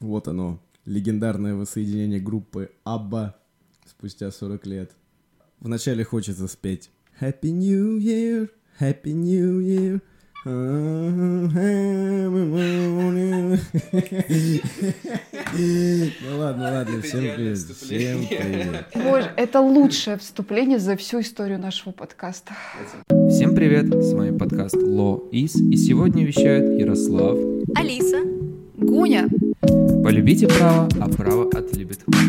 Вот оно, легендарное воссоединение группы Абба спустя 40 лет. Вначале хочется спеть Happy New Year, Happy New Year. Ну ладно, всем привет. Боже, это лучшее вступление за всю историю нашего подкаста. Всем привет, с вами подкаст Law Is, и сегодня вещают Ярослав, Алиса, Гуня. Полюбите право, а право отлюбит вас.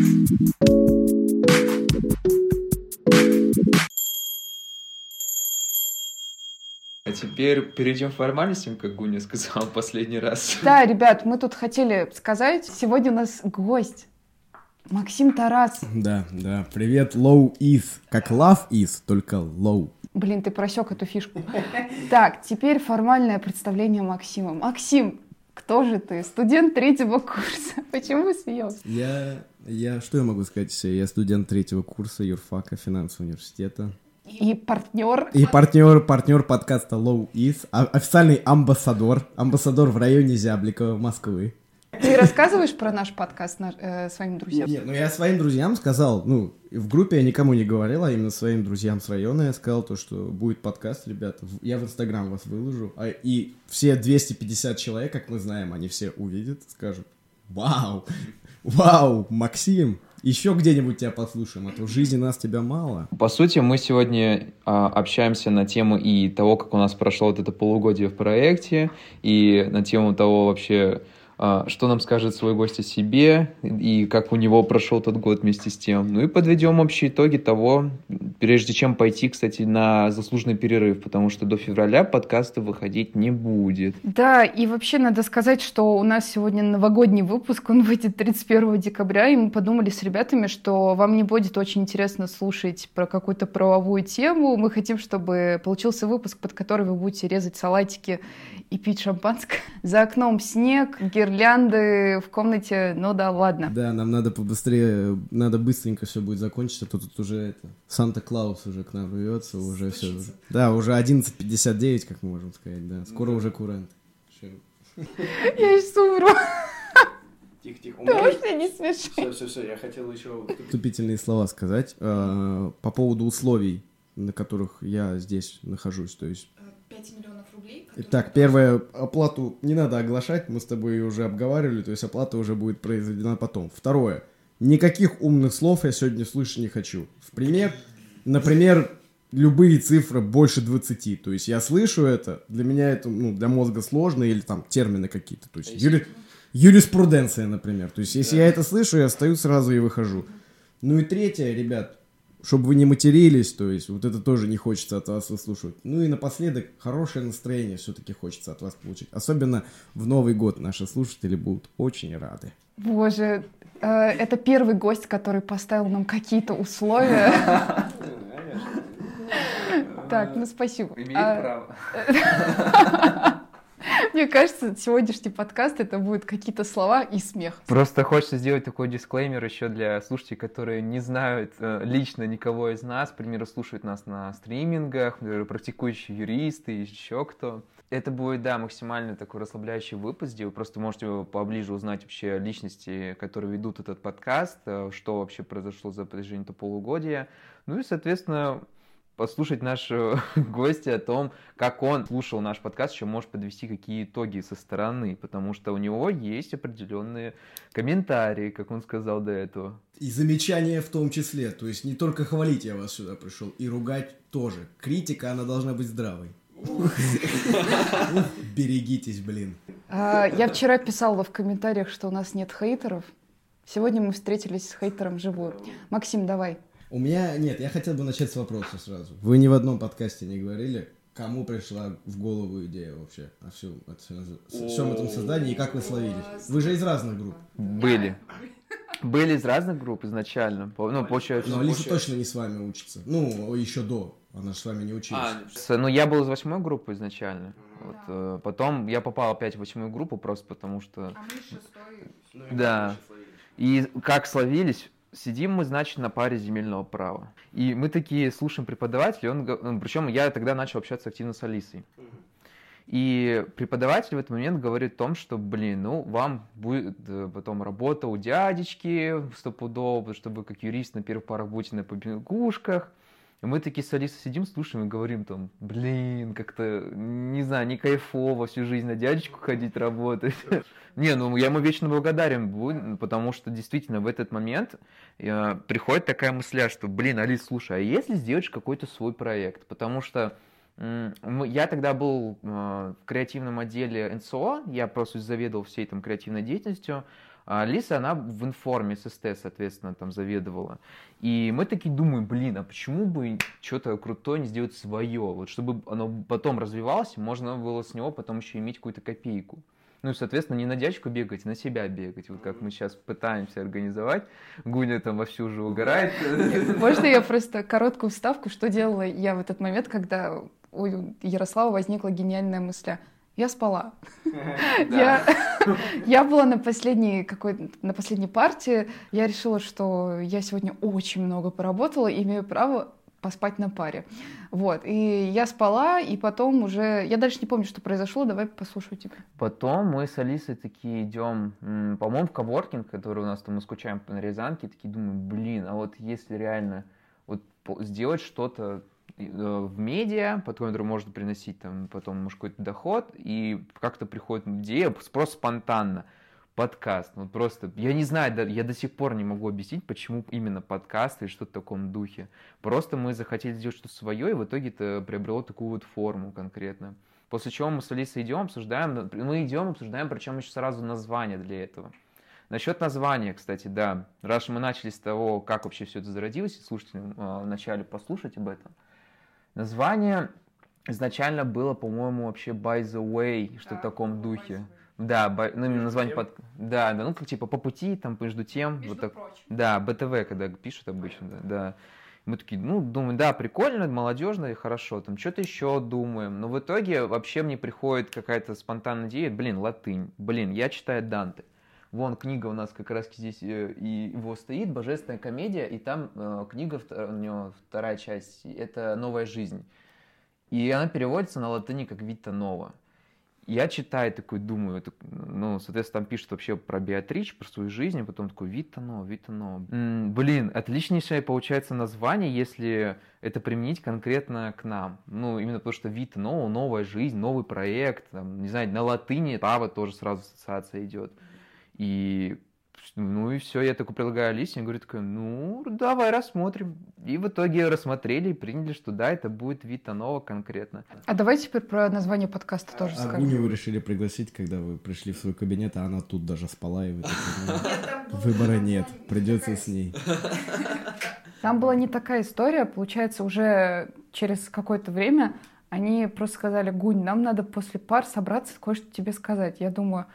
А теперь перейдем к формальностям, как Гуня сказал в последний раз. Да, ребят, мы тут хотели сказать, сегодня у нас гость. Максим Тарас. Да, привет, Low Is. Как Love Is, только Low. Блин, ты просек эту фишку. Так, теперь формальное представление Максима. Максим, кто же ты? Студент 3-го курса. Почему смеешься? Что я могу сказать себе? Я студент 3-го курса юрфака финансового университета. И партнер. И партнер подкаста Low Is. Официальный амбассадор в районе Зябликова, Москвы. Ты рассказываешь про наш подкаст своим друзьям? Нет, я своим друзьям сказал, в группе я никому не говорил, а именно своим друзьям с района я сказал то, что будет подкаст, ребята, я в Инстаграм вас выложу, и все 250 человек, как мы знаем, они все увидят, скажут, вау, Максим, еще где-нибудь тебя послушаем, а то в жизни нас тебя мало. По сути, мы сегодня общаемся на тему и того, как у нас прошло вот это полугодие в проекте, и на тему того вообще, что нам скажет свой гость о себе, и как у него прошел тот год вместе с тем. Ну и подведем общие итоги того, прежде чем пойти, кстати, на заслуженный перерыв, потому что до февраля подкаста выходить не будет. Да, и вообще надо сказать, что у нас сегодня новогодний выпуск, он выйдет 31 декабря, и мы подумали с ребятами, что вам не будет очень интересно слушать про какую-то правовую тему. Мы хотим, чтобы получился выпуск, под который вы будете резать салатики и пить шампанское. За окном снег, гирлянды, в комнате, ладно. Да, нам надо побыстрее, надо быстренько все будет закончиться, тут уже Санта-Клаус уже к нам рвется, уже все. Да, уже 11:59, как мы можем сказать, да. Скоро уже курент. Я сейчас умру. Тихо. Потому что не смешно. Все, я хотел еще вступительные слова сказать по поводу условий, на которых я здесь нахожусь, то есть 5 миллионов рублей. Итак, первое, оплату не надо оглашать, мы с тобой ее уже обговаривали, то есть оплата уже будет произведена потом. Второе, никаких умных слов я сегодня слышать не хочу. Например, любые цифры больше 20, то есть я слышу это, для меня это, для мозга сложно, или там термины какие-то, то есть юриспруденция, например, то есть если я это слышу, я стою сразу и выхожу. Ну и третье, ребят, чтобы вы не матерились, то есть вот это тоже не хочется от вас выслушивать. Ну и напоследок, хорошее настроение все-таки хочется от вас получить. Особенно в Новый год наши слушатели будут очень рады. Bоже, это первый гость, который поставил нам какие-то условия. Так, спасибо. Имеет право. Мне кажется, сегодняшний подкаст это будут какие-то слова и смех. Просто хочется сделать такой дисклеймер еще для слушателей, которые не знают лично никого из нас, к примеру, слушают нас на стримингах, практикующие юристы, еще кто. Это будет, максимально такой расслабляющий выпуск, где вы просто можете поближе узнать вообще личности, которые ведут этот подкаст, что вообще произошло за протяжении этого полугодия. Ну и, соответственно, послушать нашего гостя о том, как он слушал наш подкаст, еще может подвести какие итоги со стороны, потому что у него есть определенные комментарии, как он сказал до этого. И замечания в том числе, то есть не только хвалить я вас сюда пришел, и ругать тоже. Критика, она должна быть здравой. Берегитесь, блин. Я вчера писала в комментариях, что у нас нет хейтеров. Сегодня мы встретились с хейтером вживую. Максим, давай. У меня... Нет, я хотел бы начать с вопроса сразу. Вы ни в одном подкасте не говорили, кому пришла в голову идея вообще о всем этом создании и как вы словились. Вы же из разных групп. Были из разных групп изначально. Получается... Но Алиса точно не с вами учится. Еще до. Она же с вами не училась. Я был из 8-й группы изначально. Вот, потом я попал опять в 8-ю группу, просто потому что... А мы с 6-й. Да. И как словились... Сидим мы, значит, на паре земельного права. И мы такие слушаем преподавателя, причем я тогда начал общаться активно с Алисой. И преподаватель в этот момент говорит о том, что, вам будет потом работа у дядечки стопудово, чтобы вы как юрист на первых парах будете на побегушках. И мы такие с Алисой сидим, слушаем и говорим там, как-то, не знаю, не кайфово всю жизнь на дядечку ходить работать. Я ему вечно благодарен, потому что действительно в этот момент приходит такая мысля, что, Алис, слушай, а если сделаешь какой-то свой проект? Потому что я тогда был в креативном отделе НСО, я просто заведовал всей там креативной деятельностью, а Лиса, она в информе ССТ, соответственно, там заведовала. И мы такие думаем, а почему бы что-то крутое не сделать свое? Вот чтобы оно потом развивалось, можно было с него потом еще иметь какую-то копейку. И, соответственно, не на дядечку бегать, на себя бегать. Вот как мы сейчас пытаемся организовать. Гуня там вовсю уже угорает. Можно я просто короткую вставку, что делала я в этот момент, когда у Ярослава возникла гениальная мысль. Я спала. Я была на последней партии. Я решила, что я сегодня очень много поработала и имею право поспать на паре. Вот. И я спала, и потом уже... Я дальше не помню, что произошло. Давай послушаю тебя. Потом мы с Алисой такие идем, по-моему, в коворкинг, который у нас там, мы скучаем на Рязанке, такие думаем, а вот если реально вот сделать что-то в медиа, потом, который может приносить там, потом, может, какой-то доход, и как-то приходит идея просто спонтанно. Подкаст. Просто, я не знаю, я до сих пор не могу объяснить, почему именно подкаст и что-то в таком духе. Просто мы захотели сделать что-то свое, и в итоге это приобрело такую вот форму конкретно. После чего мы с Алисой обсуждаем, причем еще сразу название для этого. Насчет названия, кстати, да. Раз мы начали с того, как вообще все это зародилось, и слушателям вначале послушать об этом. Название изначально было, по-моему, вообще By the Way, что в таком духе. Да, название как по пути, там, между тем. Между вот так, прочим. да, БТВ, когда пишут обычно, да. Мы такие, думаем, да, прикольно, молодежно и хорошо, там, что-то еще думаем. Но в итоге вообще мне приходит какая-то спонтанная идея, латынь, я читаю Данте. Вон книга у нас как раз здесь и его стоит, «Божественная комедия», и там книга, у него вторая часть, это «Новая жизнь». И она переводится на латыни как «Вита нова». Я читаю, такой думаю, соответственно, там пишут вообще про Беатрич, про свою жизнь, а потом такой «Вита нова». Отличнейшее получается название, если это применить конкретно к нам. Именно потому что «Вита нова», новая жизнь, новый проект, там, не знаю, на латыни «право» тоже сразу ассоциация идет. И все, я такой предлагаю Алисе, я говорю, давай рассмотрим. И в итоге рассмотрели и приняли, что да, это будет «Вита нова» конкретно. А давай теперь про название подкаста тоже скажем. Гуню вы решили пригласить, когда вы пришли в свой кабинет, а она тут даже спала, и вы такие, выбора нет, придется с ней. Там была не такая история, получается, уже через какое-то время они просто сказали: Гунь, нам надо после пар собраться, кое-что тебе сказать. Я думаю...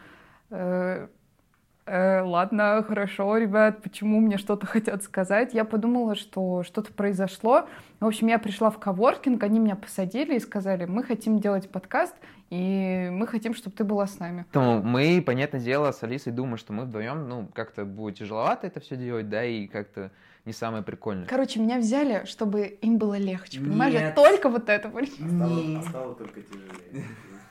ладно, хорошо, ребят, почему мне что-то хотят сказать? Я подумала, что что-то произошло. В общем, я пришла в коворкинг, они меня посадили и сказали: мы хотим делать подкаст, и мы хотим, чтобы ты была с нами. Мы, понятное дело, с Алисой думаем, что мы вдвоем, как-то будет тяжеловато это все делать, да, и как-то не самое прикольное. Короче, меня взяли, чтобы им было легче, понимаешь? Нет. Только вот это. Стало только тяжелее.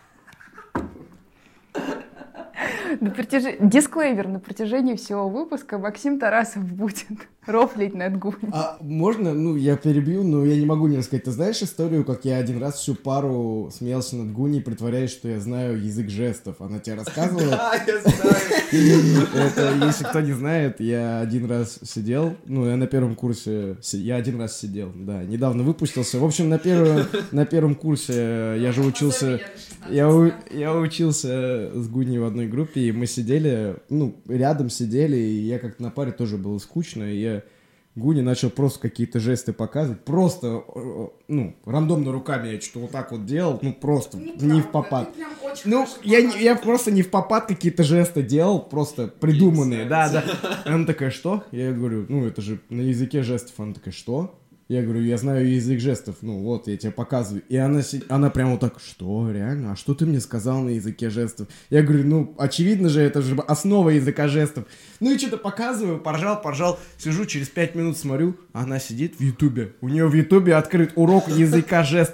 Дисклеймер: на протяжении всего выпуска Максим Тарасов будет рофлить над Гуней. А можно, я перебью, но я не могу не рассказать. Ты знаешь историю, как я один раз всю пару смеялся над Гуней, притворяясь, что я знаю язык жестов? Она тебе рассказывала? Да, я знаю. Это, если кто не знает, я один раз сидел, я на первом курсе, я один раз сидел, да, недавно выпустился. В общем, на первом курсе я же учился, я учился с Гуней в одной группе, и мы сидели, рядом сидели, и я как-то на паре тоже было скучно, и я Гуне начал просто какие-то жесты показывать, просто, рандомно руками я что-то вот так вот делал, просто не в попад. Я просто не в попад какие-то жесты делал, просто придуманные, да. Она такая: что? Я говорю: это же на языке жестов. Она такая: что? Я говорю: я знаю язык жестов, вот, я тебе показываю. И она прям вот так: что, реально? А что ты мне сказал на языке жестов? Я говорю: очевидно же, это же основа языка жестов. И что-то показываю, поржал, сижу, через 5 минут смотрю, она сидит в Ютубе. У нее в Ютубе открыт урок языка жестов.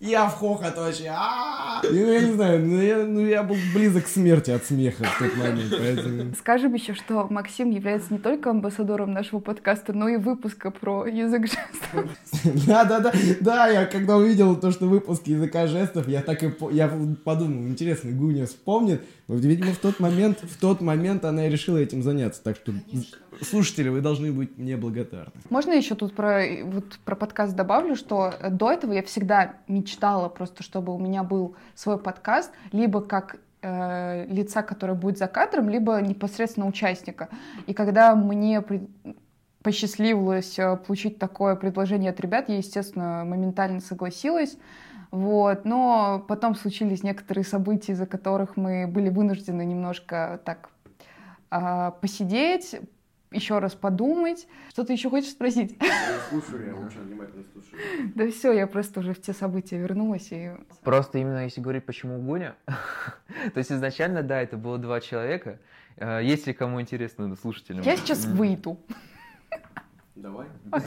Я в хохот вообще. Ну, я не знаю, я был близок к смерти от смеха в тот момент, поэтому... Скажем еще, что Максим является не только амбассадором нашего подкаста, но и выпуска про язык жестов. Да, я когда увидел то, что выпуск языка жестов, я подумал, интересно, Гуня вспомнит. Но, видимо, в тот момент она и решила этим заняться. Так что, слушатели, вы должны быть мне благодарны. Можно еще тут про подкаст добавлю, что до этого я всегда мечтала просто, чтобы у меня был свой подкаст, либо как лица, которое будет за кадром, либо непосредственно участника. И когда мне посчастливилось получить такое предложение от ребят, я, естественно, моментально согласилась. Вот. Но потом случились некоторые события, из-за которых мы были вынуждены немножко так посидеть, еще раз подумать. Что ты еще хочешь спросить? Я слушаю, я очень внимательно слушаю. Да все, я просто уже в те события вернулась. И... Просто именно если говорить, почему Гуня, то есть изначально, да, это было 2 человека. Если кому интересно, слушателям. Я сейчас выйду. Давай.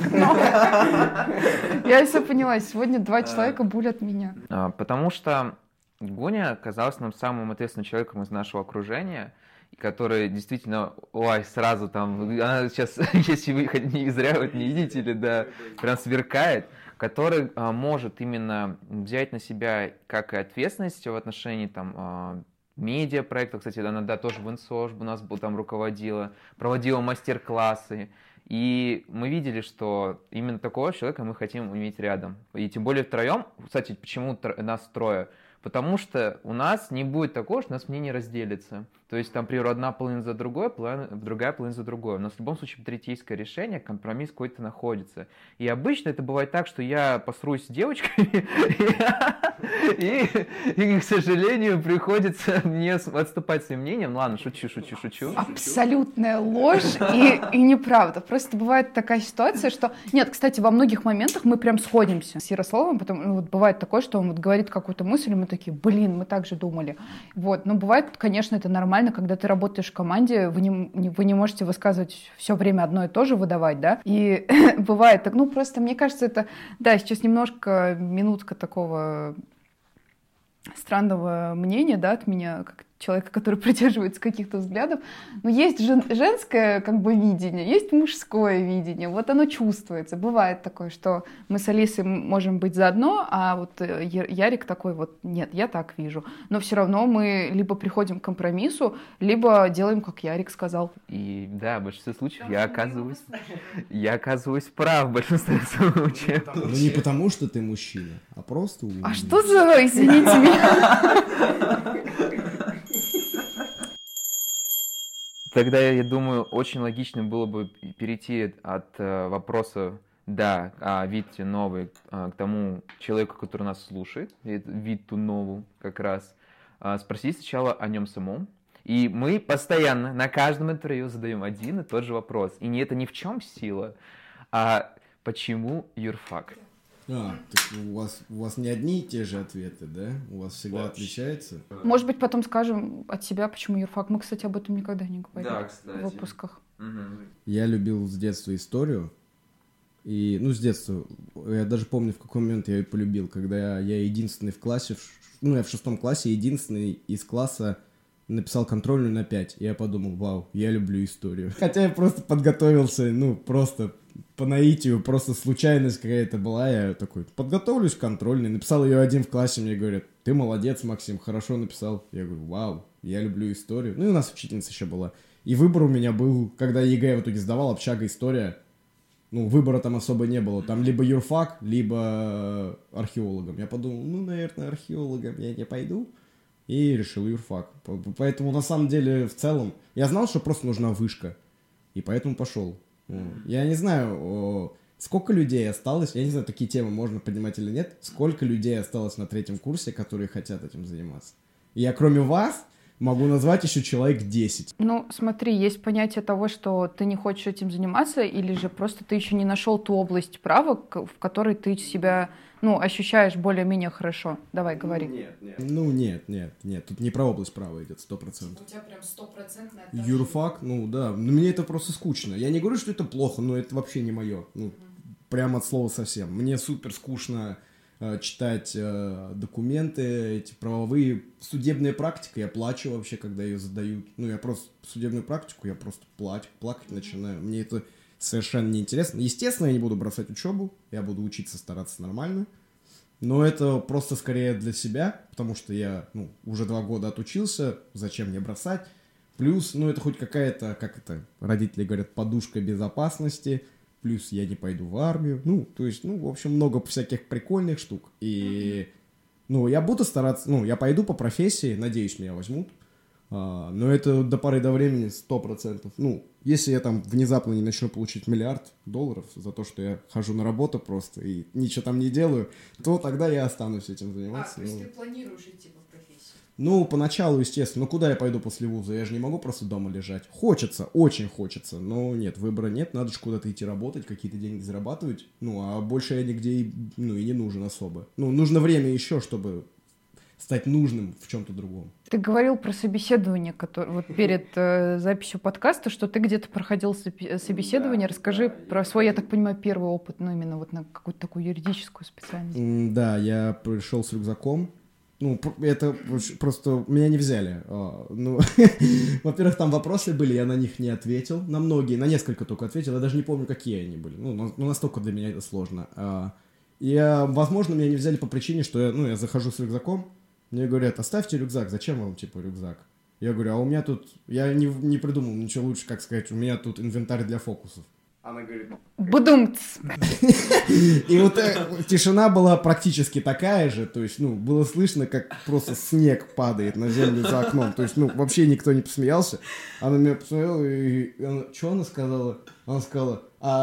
Я все поняла, сегодня 2 человека булят меня. Потому что Гуня оказалась нам самым ответственным человеком из нашего окружения, который действительно, сразу там, она сейчас, если вы не зря вот не видите, или да, прям сверкает, который может именно взять на себя как и ответственность в отношении там медиапроектов, кстати, она, да, тоже в ИНСОЖ у нас там руководила, проводила мастер-классы, и мы видели, что именно такого человека мы хотим иметь рядом, и тем более втроем, кстати, почему нас 3? Потому что у нас не будет такого, что у нас мнение разделится. То есть, там, например, одна половина за другой, другая половина за другой. У нас в любом случае третейское решение, компромисс какой-то находится. И обычно это бывает так, что я посрусь с девочками, и, к сожалению, приходится мне отступать своим мнением. Ладно, шучу. Абсолютная ложь и неправда. Просто бывает такая ситуация, что... Нет, кстати, во многих моментах мы прям сходимся с Ярославом, потом вот бывает такое, что он вот говорит какую-то мысль, и мы такие, мы так же думали. Вот. Но бывает, конечно, это нормально, когда ты работаешь в команде, вы не можете высказывать все время одно и то же, выдавать, да, и бывает так, просто мне кажется, это, да, сейчас немножко минутка такого странного мнения, да, от меня, как человека, который придерживается каких-то взглядов, но есть женское как бы видение, есть мужское видение, вот оно чувствуется. Бывает такое, что мы с Алисой можем быть заодно, а вот Ярик такой вот, нет, я так вижу. Но все равно мы либо приходим к компромиссу, либо делаем, как Ярик сказал. И да, в большинстве случаев я оказываюсь прав в большинстве случаев. Ну не потому, что ты мужчина, а просто... А что за, извините меня... Тогда, я думаю, очень логично было бы перейти от вопроса, да, о Вите новый, к тому человеку, который нас слушает, Виту нову как раз, спросить сначала о нем самом. И мы постоянно на каждом интервью задаем один и тот же вопрос. И это ни в чем сила, а почему юрфак? Так у вас не одни и те же ответы, да? У вас всегда отличается? Может быть, потом скажем от себя, почему юрфак. Мы, кстати, об этом никогда не говорили, да, кстати, в выпусках. Угу. Я любил с детства историю. И, с детства. Я даже помню, в какой момент я ее полюбил. Когда я единственный в классе, я в 6 классе, единственный из класса написал контрольную на 5. И я подумал, вау, я люблю историю. Хотя я просто подготовился, просто... по наитию, просто случайность какая-то была, я такой, подготовлюсь к контрольной, написал ее один в классе, мне говорят, ты молодец, Максим, хорошо написал. Я говорю, вау, я люблю историю. И у нас учительница еще была. И выбор у меня был, когда ЕГЭ в итоге сдавал, общага, история, выбора там особо не было. Там либо юрфак, либо археологом. Я подумал, наверное, археологом я не пойду. И решил юрфак. Поэтому, на самом деле, в целом, я знал, что просто нужна вышка. И поэтому пошел. Я не знаю, сколько людей осталось, я не знаю, такие темы можно поднимать или нет, сколько людей осталось на 3 курсе, которые хотят этим заниматься. Я кроме вас могу назвать еще человек 10. Смотри, есть понятие того, что ты не хочешь этим заниматься, или же просто ты еще не нашел ту область права, в которой ты себя, ощущаешь более-менее хорошо. Давай, говори. Нет, тут не про область права идет, 100%. У тебя прям 100% юрфак, да, мне это просто скучно. Я не говорю, что это плохо, но это вообще не мое. Прямо от слова совсем. Мне супер скучно читать документы, эти правовые, судебная практика, я плачу вообще, когда ее задают. Ну, я просто судебную практику, я просто плакать начинаю. Мне это совершенно неинтересно. Естественно, я не буду бросать учебу, я буду учиться, стараться нормально. Но это просто скорее для себя, потому что я, уже 2 года отучился, зачем мне бросать? Плюс, это хоть какая-то, как это, родители говорят, подушка безопасности, плюс я не пойду в армию, то есть, в общем, много всяких прикольных штук. И, я буду стараться, я пойду по профессии, надеюсь, меня возьмут, но это до поры до времени 100%. Если я там внезапно не начну получить $1 миллиард за то, что я хожу на работу просто и ничего там не делаю, то тогда я останусь этим заниматься. То есть ты планируешь идти по профессии? Поначалу, естественно. Куда я пойду после вуза? Я же не могу просто дома лежать. Хочется, очень хочется, но нет, выбора нет. Надо же куда-то идти работать, какие-то деньги зарабатывать. А больше я нигде и не нужен особо. Нужно время еще, чтобы стать нужным в чем-то другом. Ты говорил про собеседование, вот перед записью подкаста, что ты где-то проходил собеседование. Расскажи про свой, я так понимаю, первый опыт, именно вот на какую-то такую юридическую специальность. Да, я пришел с рюкзаком. Это просто меня не взяли. Во-первых, там вопросы были, я на них не ответил. На многие, на несколько только ответил. Я даже не помню, какие они были. Настолько для меня это сложно. Возможно, меня не взяли по причине, что я захожу с рюкзаком. Мне говорят, оставьте рюкзак, зачем вам, рюкзак? Я говорю, а у меня тут, я не придумал ничего лучше, как сказать, у меня тут инвентарь для фокусов. Она говорит... Бадумц! И вот тишина была практически такая же, то есть, было слышно, как просто снег падает на землю за окном, то есть, вообще никто не посмеялся. Она меня посмотрела, и что она сказала? Она сказала,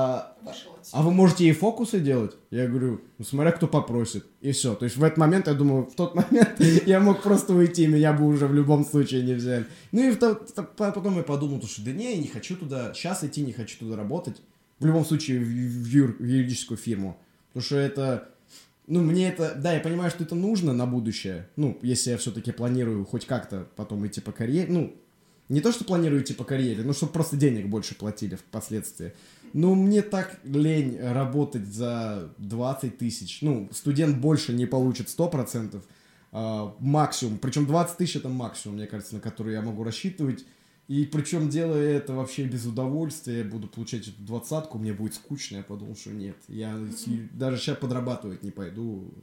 а вы можете и фокусы делать? Я говорю, смотря кто попросит. И все. То есть в этот момент, я думаю, в тот момент я мог просто уйти, меня бы уже в любом случае не взяли. И потом я подумал, что да не, я не хочу туда, сейчас идти не хочу туда работать. В любом случае в юридическую фирму. Потому что это, мне это, да, я понимаю, что это нужно на будущее. Если я все-таки планирую хоть как-то потом идти по карьере. Не то, что планирую идти по карьере, чтобы просто денег больше платили впоследствии. Мне так лень работать за 20 тысяч. Студент больше не получит 100%. Максимум. Причем 20 тысяч это максимум, мне кажется, на который я могу рассчитывать. И причем делая это вообще без удовольствия, я буду получать эту 20-ку, мне будет скучно. Я подумал, что нет. Я даже сейчас подрабатывать не пойду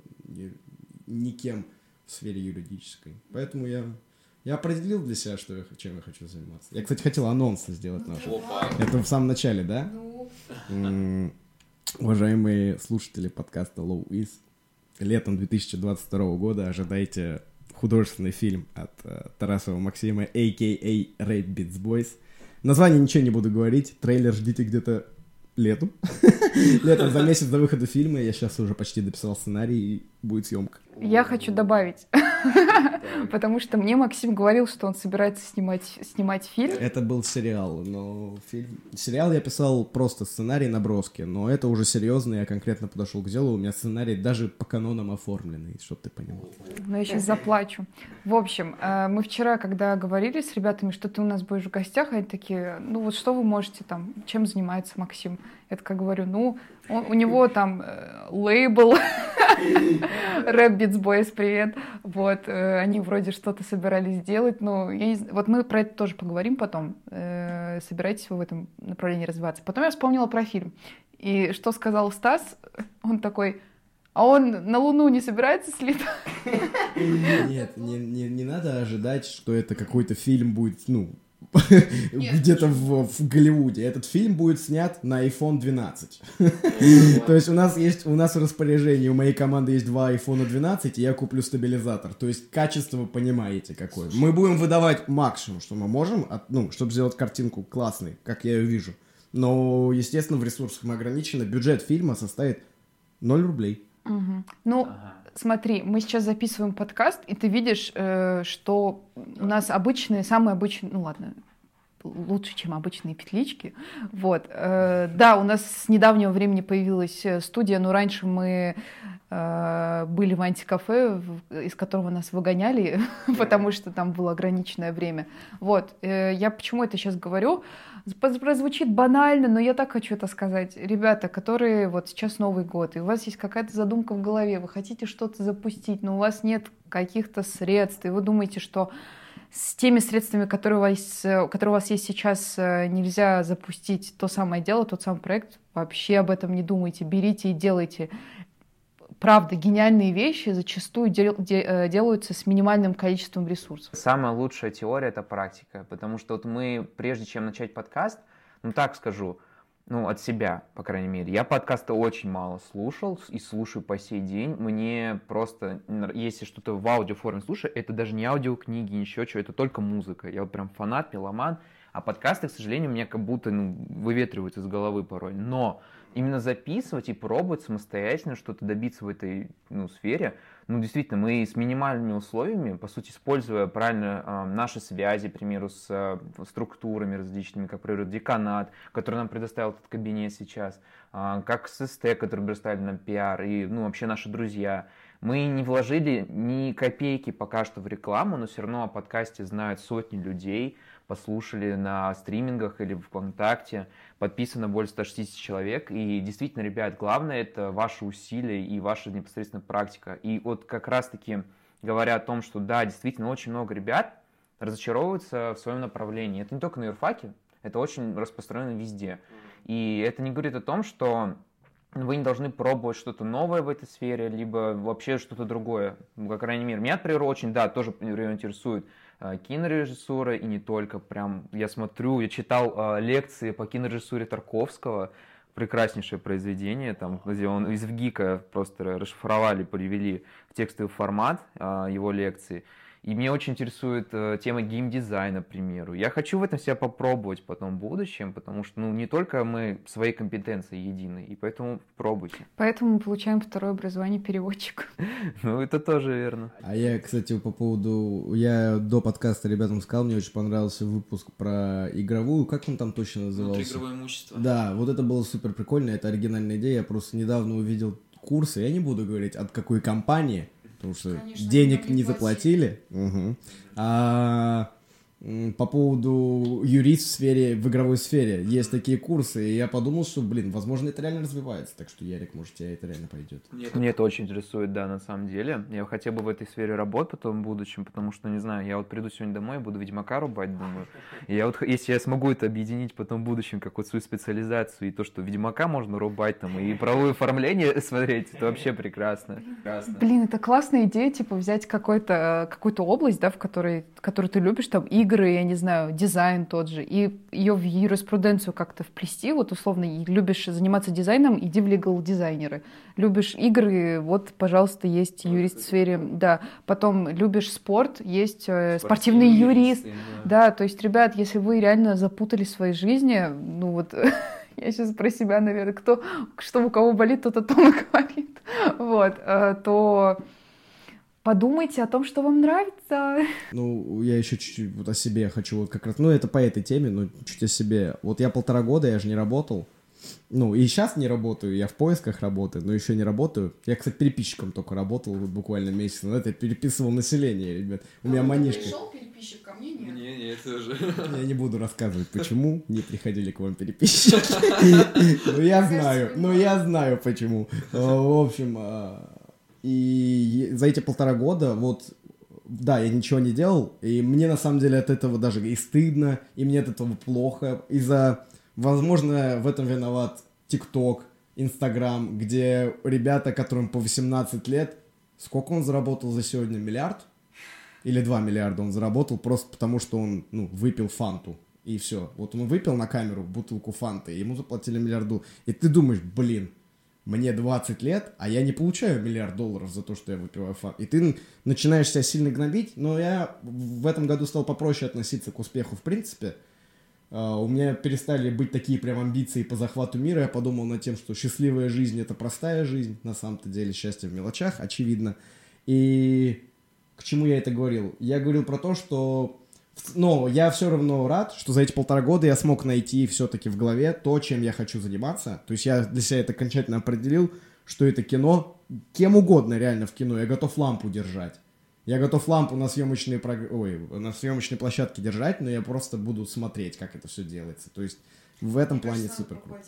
никем в сфере юридической. Поэтому я определил для себя, чем я хочу заниматься. Я, кстати, хотел анонсы сделать наши. Это в самом начале, да? Уважаемые слушатели подкаста Low Is, летом 2022 года ожидайте художественный фильм от Тарасова Максима, a.k.a. Rape Beats Boys. Название ничего не буду говорить, трейлер ждите где-то летом. Летом, за месяц до выхода фильма. Я сейчас уже почти дописал сценарий, и будет съемка. Я хочу добавить, потому что мне Максим говорил, что он собирается снимать фильм. Это был сериал, но сериал я писал просто сценарий, наброски, но это уже серьезно, я конкретно подошел к делу, у меня сценарий даже по канонам оформленный, чтобы ты понимал. Но я сейчас заплачу. В общем, мы вчера, когда говорили с ребятами, что ты у нас будешь в гостях, они такие, вот что вы можете там, чем занимается Максим? Я такая говорю, у него там лейбл Rap Beats Boys, привет. Вот, они вроде что-то собирались делать, вот мы про это тоже поговорим потом. Собираетесь вы в этом направлении развиваться? Потом я вспомнила про фильм. И что сказал Стас? Он такой, а он на Луну не собирается слетать? Нет, не надо ожидать, что это какой-то фильм будет, где-то в Голливуде. Этот фильм будет снят на iPhone 12. То есть у нас в распоряжении, у моей команды есть 2 iPhone 12, и я куплю стабилизатор. То есть качество вы понимаете какое. Мы будем выдавать максимум, что мы можем, чтобы сделать картинку классной, как я ее вижу. Но, естественно, в ресурсах мы ограничены. Бюджет фильма составит 0 рублей. Смотри, мы сейчас записываем подкаст, и ты видишь, что у нас самые обычные, лучше, чем обычные петлички. Вот. Да, у нас с недавнего времени появилась студия, но раньше мы были в антикафе, из которого нас выгоняли, потому что там было ограниченное время. Вот, я почему это сейчас говорю? Прозвучит банально, но я так хочу это сказать. Ребята, которые вот сейчас Новый год, и у вас есть какая-то задумка в голове, вы хотите что-то запустить, но у вас нет каких-то средств, и вы думаете, что с теми средствами, которые у вас есть сейчас, нельзя запустить то самое дело, тот самый проект, вообще об этом не думайте, берите и делайте. Правда, гениальные вещи зачастую делаются с минимальным количеством ресурсов. Самая лучшая теория — это практика, потому что вот мы, прежде чем начать подкаст, так скажу, от себя, по крайней мере, я подкасты очень мало слушал и слушаю по сей день. Мне просто, если что-то в аудиоформе слушаю, это даже не аудиокниги, ничего, это только музыка. Я вот прям фанат, меломан, а подкасты, к сожалению, у меня как будто выветриваются из головы порой. Но именно записывать и пробовать самостоятельно что-то добиться в этой сфере, действительно, мы с минимальными условиями, по сути, используя правильно наши связи, к примеру, с структурами различными, как, например, деканат, который нам предоставил этот кабинет сейчас, как ССТ, который предоставили нам пиар, и вообще наши друзья. Мы не вложили ни копейки пока что в рекламу, но все равно о подкасте знают сотни людей, послушали на стримингах или в ВКонтакте, подписано более 160 человек, и действительно, ребят, главное — это ваши усилия и ваша непосредственно практика. И вот как раз-таки говоря о том, что да, действительно, очень много ребят разочаровываются в своем направлении. Это не только на юрфаке, это очень распространено везде. И это не говорит о том, что вы не должны пробовать что-то новое в этой сфере, либо вообще что-то другое. По крайней мере, меня, например, очень, тоже интересует кинорежиссура, и не только. Прям я смотрю, я читал лекции по кинорежиссуре Тарковского, прекраснейшее произведение, там, где он из ВГИКа просто расшифровали, перевели в текстовый формат его лекции. И меня очень интересует тема геймдизайна, к примеру. Я хочу в этом себя попробовать потом в будущем, потому что не только мы своей компетенции едины, и поэтому пробуйте. Поэтому мы получаем второе образование переводчика. Это тоже верно. А я, кстати, по поводу... Я до подкаста ребятам сказал, мне очень понравился выпуск про игровую... Как он там точно назывался? Внутриигровое имущество. Да, вот это было супер прикольно, это оригинальная идея. Я просто недавно увидел курсы, я не буду говорить, от какой компании, потому что Конечно, денег не заплатили. Угу. По поводу юрист в игровой сфере, есть такие курсы, и я подумал, что, возможно, это реально развивается, так что, Ярик, может, тебе это реально пойдет. Мне это очень интересует, да, на самом деле. Я хотел бы в этой сфере работать потом в будущем, потому что, не знаю, я вот приду сегодня домой и буду Ведьмака рубать, думаю. И я вот, если я смогу это объединить потом в будущем, как вот свою специализацию, и то, что Ведьмака можно рубать там, и правовое оформление смотреть, это вообще прекрасно. Это классная идея, взять какую-то область, да, в которой ты любишь, там, игры, я не знаю, дизайн тот же, и ее в юриспруденцию как-то вплести, вот условно, любишь заниматься дизайном, иди в legal дизайнеры. Любишь игры, вот, пожалуйста, есть юрист в сфере, да. Потом любишь спорт, есть спортивный юрист. Да, то есть, ребят, если вы реально запутали в своей жизни, я сейчас про себя, наверное, что у кого болит, тот о том и говорит, то подумайте о том, что вам нравится. Я еще чуть-чуть о себе хочу как раз, это по этой теме, но чуть о себе. Вот я 1,5 года, я же не работал. И сейчас не работаю, я в поисках работаю, но еще не работаю. Я, кстати, переписчиком только работал буквально месяц, но это переписывал население, ребят. У меня манишка. Пришел переписчик ко мне? Нет. Нет, тоже. Я не буду рассказывать, почему не приходили к вам переписчики. Я знаю, почему. В общем, и за эти 1,5 года, да, я ничего не делал, и мне на самом деле от этого даже и стыдно, и мне от этого плохо. Возможно, в этом виноват ТикТок, Инстаграм, где ребята, которым по 18 лет, сколько он заработал за сегодня? 1 миллиард? Или 2 миллиарда он заработал просто потому, что он, выпил фанту. И все. Вот он выпил на камеру бутылку фанты, и ему заплатили 1 миллиард. И ты думаешь, мне 20 лет, а я не получаю $1 миллиард за то, что я выпиваю фанту. И ты начинаешь себя сильно гнобить, но я в этом году стал попроще относиться к успеху в принципе. У меня перестали быть такие прям амбиции по захвату мира. Я подумал над тем, что счастливая жизнь — это простая жизнь. На самом-то деле счастье в мелочах, очевидно. И к чему я это говорил? Я говорил про то, что... я все равно рад, что за эти 1,5 года я смог найти все-таки в голове то, чем я хочу заниматься. То есть я для себя это окончательно определил, что это кино, кем угодно реально в кино. Я готов лампу держать. Я готов лампу на съемочной площадке держать, но я просто буду смотреть, как это все делается. То есть в этом плане супер круто.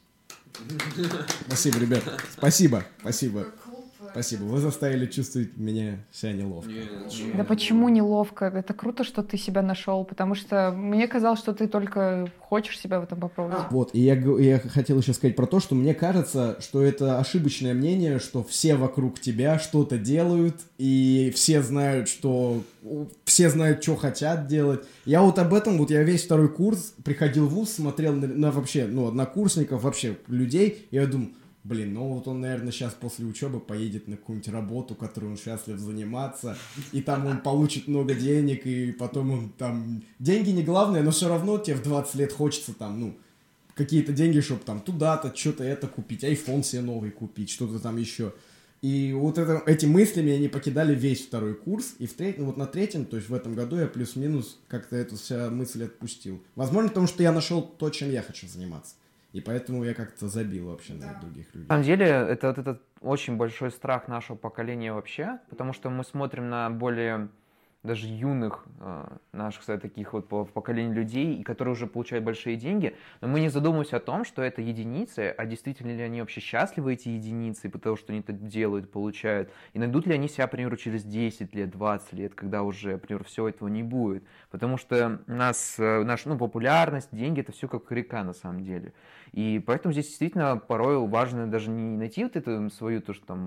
Спасибо, ребят. Спасибо. Спасибо. Вы заставили чувствовать меня себя неловко. Да почему неловко? Это круто, что ты себя нашел, потому что мне казалось, что ты только хочешь себя в этом попробовать. Вот, и я хотел еще сказать про то, что мне кажется, что это ошибочное мнение, что все вокруг тебя что-то делают, и все знают, что что хотят делать. Я вот об этом, я весь второй курс приходил в вуз, смотрел на вообще, однокурсников, вообще людей, и я думаю, он, наверное, сейчас после учебы поедет на какую-нибудь работу, которую он счастлив заниматься, и там он получит много денег, и потом он там... Деньги не главное, но все равно тебе в 20 лет хочется там, какие-то деньги, чтобы там туда-то что-то это купить, айфон себе новый купить, что-то там еще. И вот эти мысли меня не покидали весь второй курс, и на третьем, то есть в этом году я плюс-минус как-то эту вся мысль отпустил. Возможно, потому что я нашел то, чем я хочу заниматься. И поэтому я как-то забил вообще на других людей. На самом деле, это этот очень большой страх нашего поколения вообще, потому что мы смотрим на более даже юных наших, кстати, таких вот поколений людей, которые уже получают большие деньги, но мы не задумываемся о том, что это единицы, а действительно ли они вообще счастливы, эти единицы, потому что они это делают, получают, и найдут ли они себя, к примеру, через 10 лет, 20 лет, когда уже, к примеру, всего этого не будет, потому что наша популярность, деньги, это все как река на самом деле. И поэтому здесь действительно порой важно даже не найти вот эту свою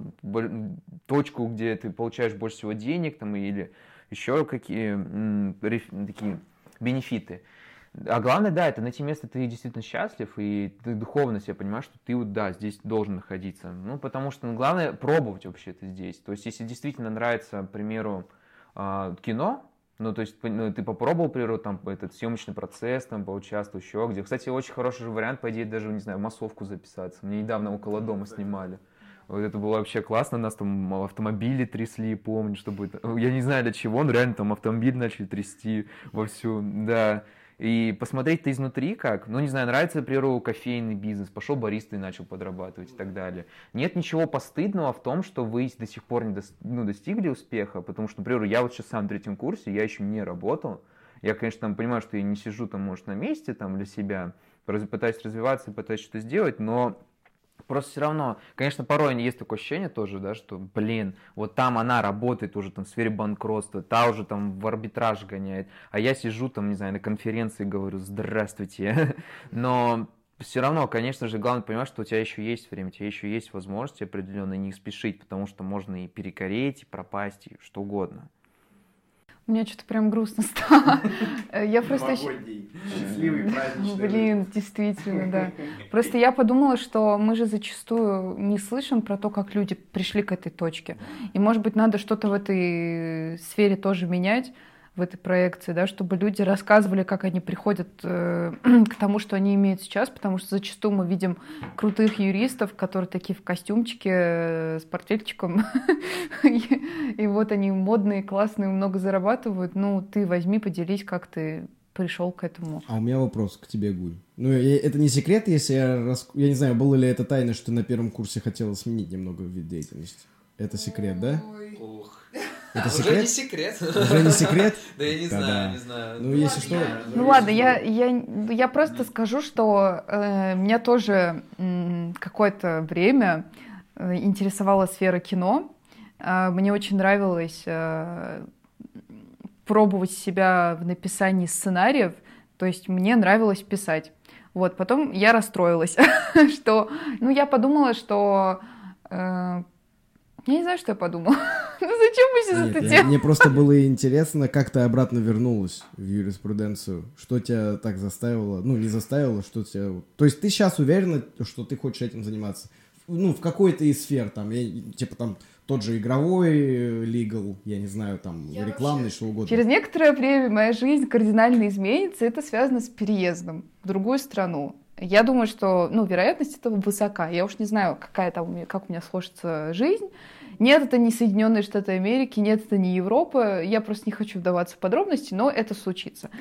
точку, где ты получаешь больше всего денег там, или еще какие такие бенефиты. А главное, это найти место, ты действительно счастлив, и ты духовно себя понимаешь, что ты здесь должен находиться. Потому что главное пробовать вообще это здесь. То есть, если действительно нравится, к примеру, кино, то есть ты попробовал, к примеру, там этот съемочный процесс, там поучаствовал еще где. Кстати, очень хороший вариант, по идее, даже, не знаю, в массовку записаться. Мне недавно около дома снимали. Вот это было вообще классно, нас там автомобили трясли, помню, чтобы... Я не знаю для чего, но реально там автомобиль начали трясти вовсю, да. И посмотреть-то изнутри как, не знаю, нравится, например, кофейный бизнес, пошел баристой и начал подрабатывать и так далее. Нет ничего постыдного в том, что вы до сих пор не достигли успеха, потому что, например, я вот сейчас сам в 3-м курсе, я еще не работал. Я, конечно, там понимаю, что я не сижу там, может, на месте там для себя, пытаюсь развиваться, пытаюсь что-то сделать, но просто все равно, конечно, порой есть такое ощущение тоже, да, что, вот там она работает уже там в сфере банкротства, та уже там в арбитраж гоняет, а я сижу там, не знаю, на конференции и говорю «Здравствуйте». Но все равно, конечно же, главное понимать, что у тебя еще есть время, у тебя еще есть возможности определенно не спешить, потому что можно и перегореть, и пропасть, и что угодно. У меня что-то прям грустно стало. Я просто... Счастливый, праздничный. Действительно, да. Просто я подумала, что мы же зачастую не слышим про то, как люди пришли к этой точке. И, может быть, надо что-то в этой сфере тоже менять, в этой проекции, да, чтобы люди рассказывали, как они приходят к тому, что они имеют сейчас, потому что зачастую мы видим крутых юристов, которые такие в костюмчике с портфельчиком, и вот они модные, классные, много зарабатывают. Ты возьми, поделись, как ты пришел к этому. А у меня вопрос к тебе, Гуль. Это не секрет, если я не знаю, было ли это тайна, что на 1-м курсе хотела сменить немного вид деятельности? Это секрет, да? Это секрет? Уже не секрет. Уже не секрет? Да я не знаю. Если что... Ладно, я просто скажу, что меня тоже какое-то время интересовала сфера кино. Мне очень нравилось пробовать себя в написании сценариев. То есть мне нравилось писать. Вот, потом я расстроилась, что... я подумала, что... Я не знаю, что я подумала. Зачем мы сейчас это делаем? Мне просто было интересно, как ты обратно вернулась в юриспруденцию. Что тебя так заставило? Не заставило, что тебя... То есть ты сейчас уверена, что ты хочешь этим заниматься? В какой-то из сфер, там, тот же игровой, legal, я не знаю, там, рекламный, что угодно. Через некоторое время моя жизнь кардинально изменится, и это связано с переездом в другую страну. Я думаю, что, вероятность этого высока. Я уж не знаю, как у меня сложится жизнь. Нет, это не Соединенные Штаты Америки, нет, это не Европа. Я просто не хочу вдаваться в подробности, но это случится.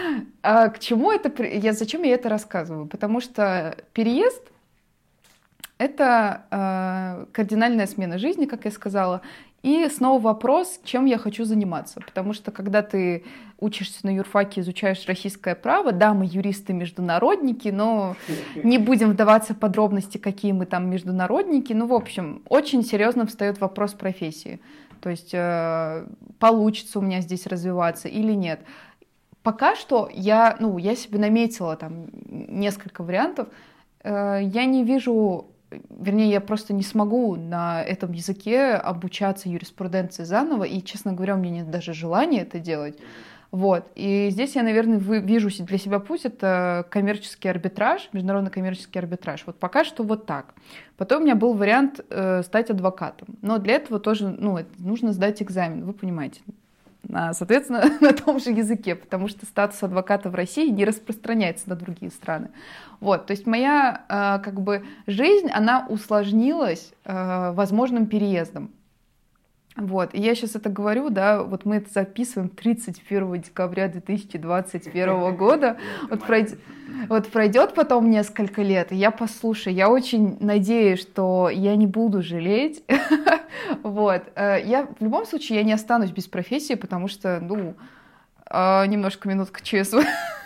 А к чему это? Зачем я это рассказываю? Потому что переезд Это кардинальная смена жизни, как я сказала. И снова вопрос, чем я хочу заниматься. Потому что когда ты учишься на юрфаке, изучаешь российское право, да, мы юристы-международники, но не будем вдаваться в подробности, какие мы там международники. Ну, в общем, очень серьезно встает вопрос профессии. То есть получится у меня здесь развиваться или нет. Пока что я себе наметила там несколько вариантов. Я не вижу... Вернее, я просто не смогу на этом языке обучаться юриспруденции заново, и, честно говоря, у меня нет даже желания это делать. Вот. И здесь я, наверное, вижу для себя путь, это коммерческий арбитраж, международный коммерческий арбитраж. Вот пока что вот так. Потом у меня был вариант стать адвокатом. Но для этого тоже нужно сдать экзамен, вы понимаете. Соответственно, на том же языке, потому что статус адвоката в России не распространяется на другие страны. Вот, то есть моя жизнь, она усложнилась возможным переездом. Вот, и я сейчас это говорю, да, вот мы это записываем 31 декабря 2021 года, вот пройдет потом несколько лет, и я послушаю, я очень надеюсь, что я не буду жалеть, вот, я в любом случае я не останусь без профессии, потому что, минутка ЧСВ.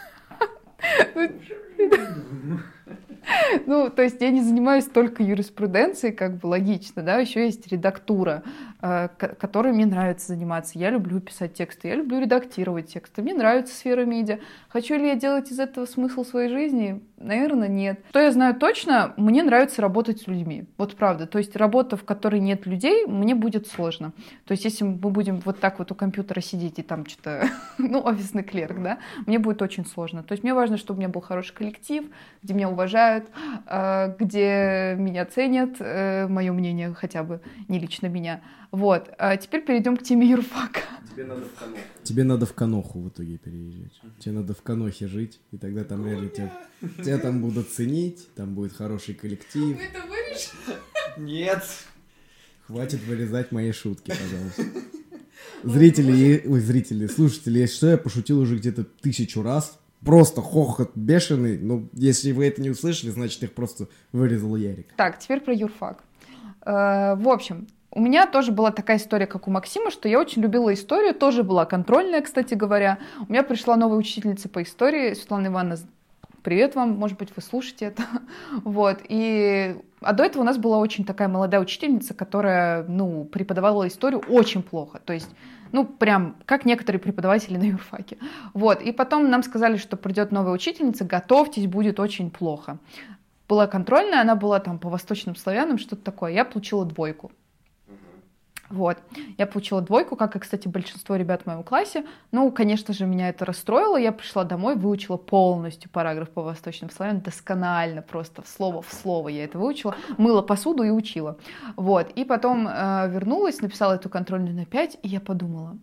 То есть я не занимаюсь только юриспруденцией, логично, да, еще есть редактура, которой мне нравится заниматься. Я люблю писать тексты, я люблю редактировать тексты, мне нравится сфера медиа. Хочу ли я делать из этого смысл своей жизни? Наверное, нет. Что я знаю точно, мне нравится работать с людьми. Вот правда. То есть работа, в которой нет людей, мне будет сложно. То есть если мы будем вот так вот у компьютера сидеть и там что-то, офисный клерк, да, мне будет очень сложно. То есть мне важно, чтобы у меня был хороший коллектив, где меня уважают, где меня ценят, мое мнение хотя бы, не лично меня. Вот. А теперь перейдем к теме юрфака. Тебе надо в Коноху в итоге переезжать. Тебе надо в Конохе жить, и тогда там реально тебя там будут ценить, там будет хороший коллектив. Вы это вырежете? Нет. Хватит вырезать мои шутки, пожалуйста. Зрители, слушатели, если что, я пошутил уже где-то 1000 раз. Просто хохот бешеный. Но если вы это не услышали, значит, их просто вырезал Ярик. Так, теперь про юрфак. В общем, у меня тоже была такая история, как у Максима, что я очень любила историю, тоже была контрольная, кстати говоря. У меня пришла новая учительница по истории, Светлана Ивановна, привет вам, может быть, вы слушаете это. Вот. А до этого у нас была очень такая молодая учительница, которая, преподавала историю очень плохо. То есть, прям как некоторые преподаватели на юрфаке. Вот. И потом нам сказали, что придет новая учительница, готовьтесь, будет очень плохо. Была контрольная, она была там по восточным славянам, что-то такое. Я получила 2. Вот. Я получила 2, как и, кстати, большинство ребят в моем классе. Конечно же, меня это расстроило. Я пришла домой, выучила полностью параграф по восточным славянам, досконально, просто слово в слово я это выучила. Мыла посуду и учила. Вот. И потом вернулась, написала эту контрольную на 5, и я подумала,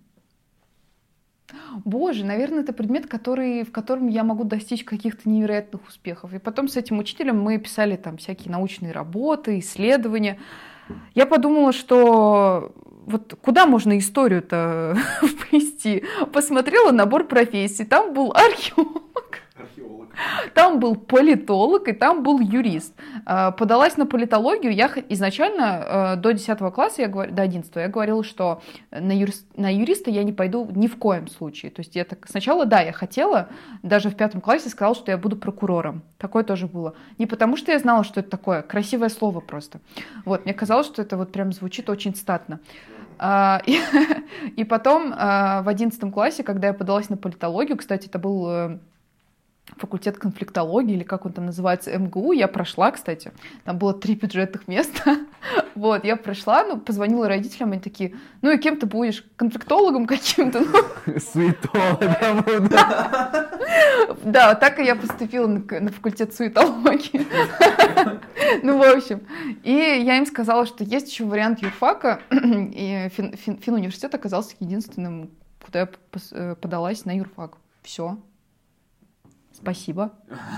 боже, наверное, это предмет, в котором я могу достичь каких-то невероятных успехов. И потом с этим учителем мы писали там всякие научные работы, исследования. Я подумала, что вот куда можно историю-то вплести? Посмотрела набор профессий. Там был археолог, там был политолог и там был юрист. Подалась на политологию. Я изначально до 10 класса, до 11 я говорила, что на юриста я не пойду ни в коем случае. То есть сначала, я хотела, даже в 5 классе сказала, что я буду прокурором. Такое тоже было. Не потому, что я знала, что это такое. Красивое слово просто. Вот, мне казалось, что это вот прям звучит очень статно. И потом в 11 классе, когда я подалась на политологию, кстати, это был факультет конфликтологии, или как он там называется, МГУ, я прошла, кстати, там было 3 бюджетных места, вот, я прошла, позвонила родителям, они такие, и кем ты будешь, конфликтологом каким-то, Суетологом, да, так и я поступила на факультет суетологии, в общем, и я им сказала, что есть еще вариант юрфака, и финуниверситет оказался единственным, куда я подалась на юрфак, все. Спасибо.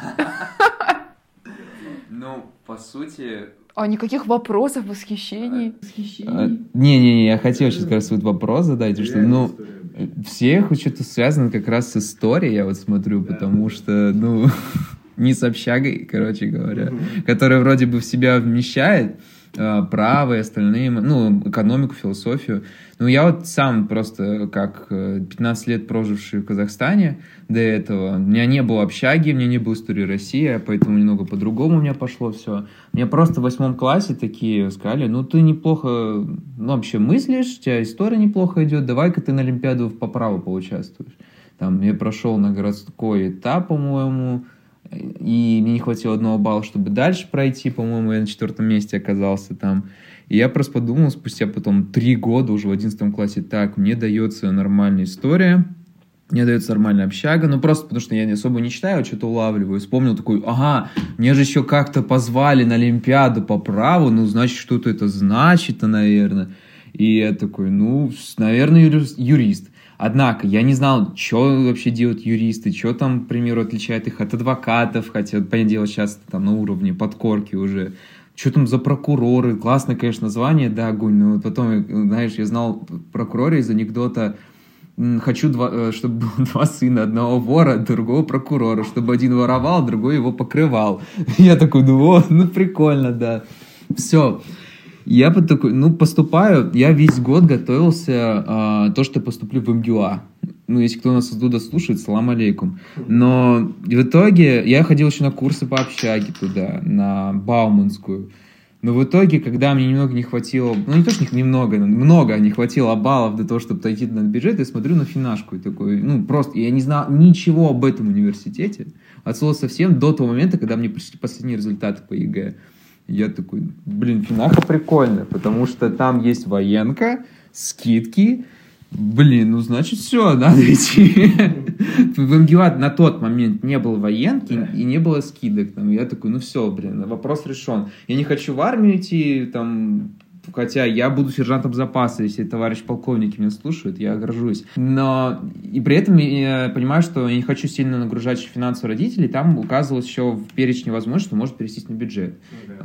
По сути... Никаких вопросов, восхищений. Не, я хотел сейчас как раз вот вопрос задать, что, всех что-то связано как раз с историей, я вот смотрю, потому что, не с общагой, короче говоря, которая вроде бы в себя вмещает право и остальные, экономику, философию. Я вот сам просто, как 15 лет проживший в Казахстане до этого, у меня не было общаги, у меня не было истории России, поэтому немного по-другому у меня пошло все. Мне просто в 8 классе такие сказали, ты неплохо, вообще мыслишь, у тебя история неплохо идет, давай-ка ты на Олимпиаду по праву поучаствуешь. Там я прошел на городской этап, по-моему, и мне не хватило 1 балла, чтобы дальше пройти, по-моему, я на 4 месте оказался там. И я просто подумал, спустя потом 3 года, уже в 11 классе, так, мне дается нормальная история, мне дается нормальная общага, просто потому что я особо не читаю, что-то улавливаю. Вспомнил такой, мне же еще как-то позвали на Олимпиаду по праву, значит, что-то это значит, наверное. И я такой, наверное, юрист. Однако я не знал, что вообще делают юристы, что там, к примеру, отличает их от адвокатов, хотя, понятное дело, сейчас там на уровне подкорки уже. Что там за прокуроры? Классное, конечно, название, да, огонь. Но потом, знаешь, я знал прокурора из анекдота. Хочу, чтобы было 2 сына, одного вора, другого прокурора, чтобы один воровал, другой его покрывал. Я такой, прикольно, да. Все. Я такой, поступаю, я весь год готовился, то, что я поступлю в МГУА. Если кто нас оттуда слушает, салам алейкум. Но в итоге я ходил еще на курсы по общаге туда, на Бауманскую. Но в итоге, когда мне немного не хватило, не то, что немного, много не хватило баллов для того, чтобы дойти на бюджет, я смотрю на финашку и такой, просто я не знал ничего об этом университете. От слова совсем до того момента, когда мне пришли последние результаты по ЕГЭ. Я такой, финаха прикольно, потому что там есть военка, скидки, значит, все, надо идти. В МГУА на тот момент не было военки и не было скидок. Я такой, все, вопрос решен. Я не хочу в армию идти, хотя я буду сержантом запаса, если товарищ полковники меня слушают, я горжусь. Но и при этом я понимаю, что я не хочу сильно нагружать финансово родителей. Там указывалось еще в перечне возможностей, что может перевестись на бюджет.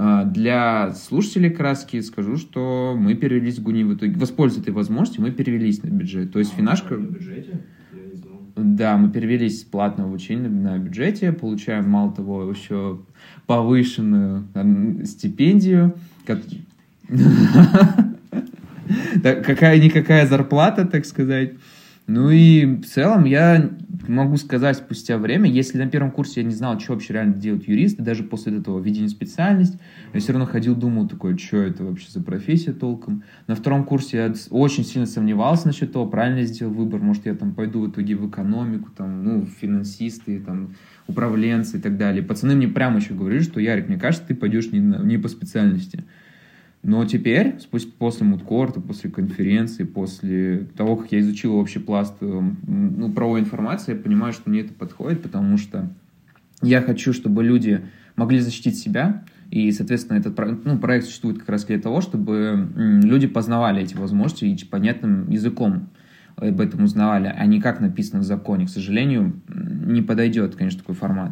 Для слушателей краски скажу, что мы перевелись в ГУНИ в итоге. Воспользуясь этой возможностью, мы перевелись на бюджет. То есть финашка... На бюджете? Я не знал. Да, мы перевелись с платного обучения на бюджете, получаем, мало того, еще повышенную стипендию, какая-никакая зарплата, так сказать. И в целом я могу сказать спустя время, если на первом курсе я не знал, что вообще реально делают юристы, даже после этого введения специальности, я все равно ходил, думал такой, что это вообще за профессия толком. На 2 курсе я очень сильно сомневался насчет того, правильно я сделал выбор, может я пойду в итоге в экономику, финансисты, управленцы и так далее. Пацаны мне прямо еще говорили, что, Ярик, мне кажется, ты пойдешь не по специальности. Но теперь, после мудкорта, после конференции, после того, как я изучил общий пласт правовой информации, я понимаю, что мне это подходит, потому что я хочу, чтобы люди могли защитить себя, и, соответственно, этот проект существует как раз для того, чтобы люди познавали эти возможности и понятным языком об этом узнавали, а не как написано в законе. К сожалению, не подойдет, конечно, такой формат.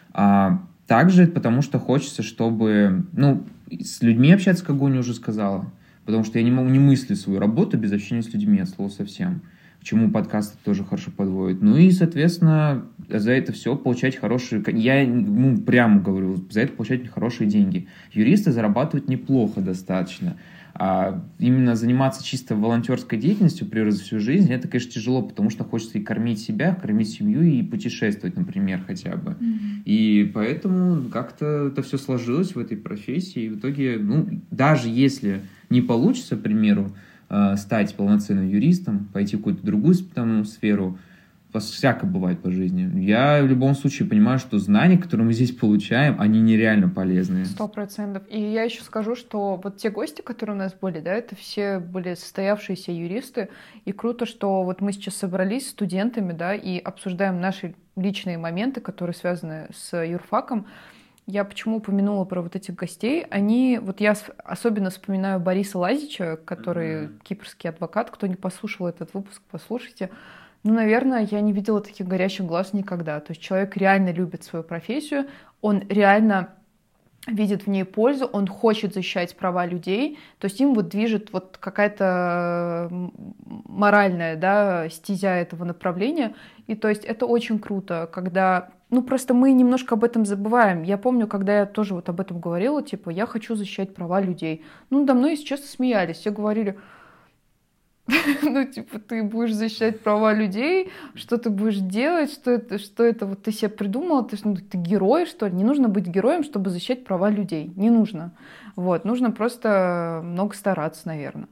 Также потому что хочется, чтобы... с людьми общаться, как Гоня уже сказала, потому что я не мыслю свою работу без общения с людьми, от слова совсем. К чему подкасты тоже хорошо подводят. И, соответственно, за это все получать хорошие... Я прямо говорю, за это получать хорошие деньги. Юристы зарабатывают неплохо достаточно. А именно заниматься чисто волонтерской деятельностью, например, за всю жизнь, это, конечно, тяжело, потому что хочется и кормить себя, кормить семью, и путешествовать, например, хотя бы. И поэтому как-то это все сложилось в этой профессии. И в итоге, даже если не получится, к примеру, стать полноценным юристом, пойти в какую-то другую сферу, всяко бывает по жизни. Я в любом случае понимаю, что знания, которые мы здесь получаем, они нереально полезные. 100%. И я еще скажу, что вот те гости, которые у нас были, да, это все были состоявшиеся юристы. И круто, что вот мы сейчас собрались с студентами, да, и обсуждаем наши личные моменты, которые связаны с юрфаком. Я почему упомянула про вот этих гостей? Я особенно вспоминаю Бориса Лазича, который кипрский адвокат. Кто не послушал этот выпуск, послушайте. Наверное, я не видела таких горящих глаз никогда. То есть человек реально любит свою профессию, он реально видит в ней пользу, он хочет защищать права людей, то есть им движет какая-то моральная, да, стезя этого направления. И то есть это очень круто, когда ну, просто мы немножко об этом забываем. Я помню, когда я тоже вот об этом говорила, типа, я хочу защищать права людей. Ну, надо мной, если честно, смеялись. Все говорили, ну, типа, ты будешь защищать права людей, что ты будешь делать, что это вот ты себе придумала, ты герой, что ли? Не нужно быть героем, чтобы защищать права людей. Не нужно. Вот, нужно просто много стараться, наверное.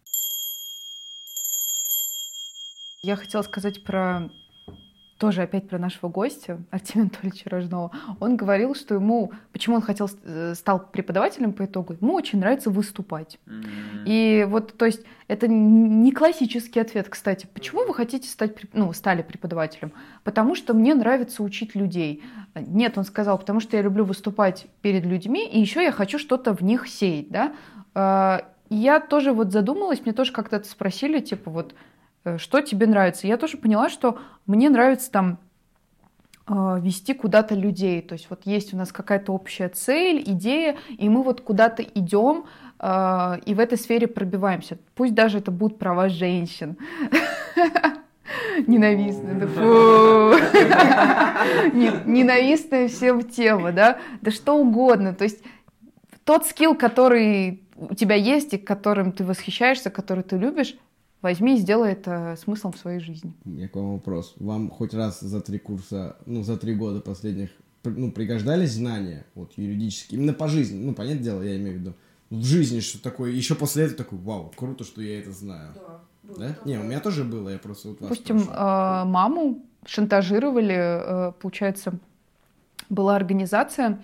Я хотела сказать тоже опять про нашего гостя, Артемия Анатольевича Рожнова. Он говорил, что почему он стал преподавателем по итогу, ему очень нравится выступать. И вот, то есть, это не классический ответ, кстати. Почему вы хотите стали преподавателем? Потому что мне нравится учить людей. Нет, он сказал, потому что я люблю выступать перед людьми, и еще я хочу что-то в них сеять, да. Я тоже вот задумалась, мне тоже как-то спросили, типа, вот, что тебе нравится? Я тоже поняла, что мне нравится там вести куда-то людей. То есть вот есть у нас какая-то общая цель, идея, и мы вот куда-то идем и в этой сфере пробиваемся. Пусть даже это будут права женщин. Ненавистная, ненавистная всем тема, да? Да что угодно. То есть тот скилл, который у тебя есть и которым ты восхищаешься, который ты любишь, возьми и сделай это смыслом своей жизни. У меня к вам вопрос. Вам хоть раз за 3 курса, за 3 года последних, пригождались знания, вот, юридические, именно по жизни? Ну, понятное дело, я имею в виду. В жизни что такое, еще после этого такой, вау, круто, что я это знаю. Да? Не, у меня тоже было, я просто вот вас допустим, маму шантажировали, получается, была организация,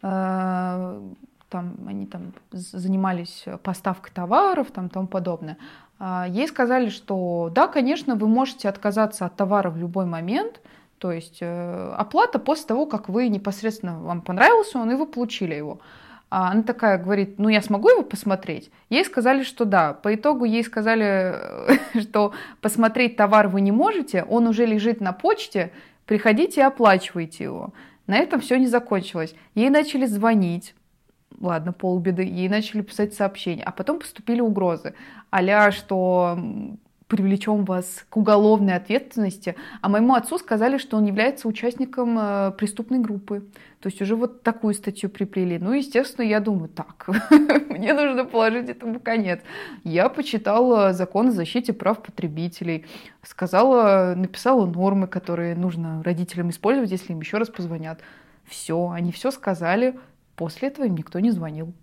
они занимались поставкой товаров, тому подобное. Ей сказали, что да, конечно, вы можете отказаться от товара в любой момент, то есть оплата после того, как вы непосредственно, вам понравился он, и вы получили его. А она такая говорит, я смогу его посмотреть? Ей сказали, что да. По итогу ей сказали, что посмотреть товар вы не можете, он уже лежит на почте, приходите и оплачивайте его. На этом все не закончилось. Ей начали звонить. Ладно, полбеды. Ей начали писать сообщения. А потом поступили угрозы. А-ля, что привлечем вас к уголовной ответственности. А моему отцу сказали, что он является участником преступной группы. То есть уже вот такую статью приплели. Естественно, я думаю, так, мне нужно положить этому конец. Я почитала закон о защите прав потребителей. Написала нормы, которые нужно родителям использовать, если им еще раз позвонят. Все, они все сказали. После этого им никто не звонил.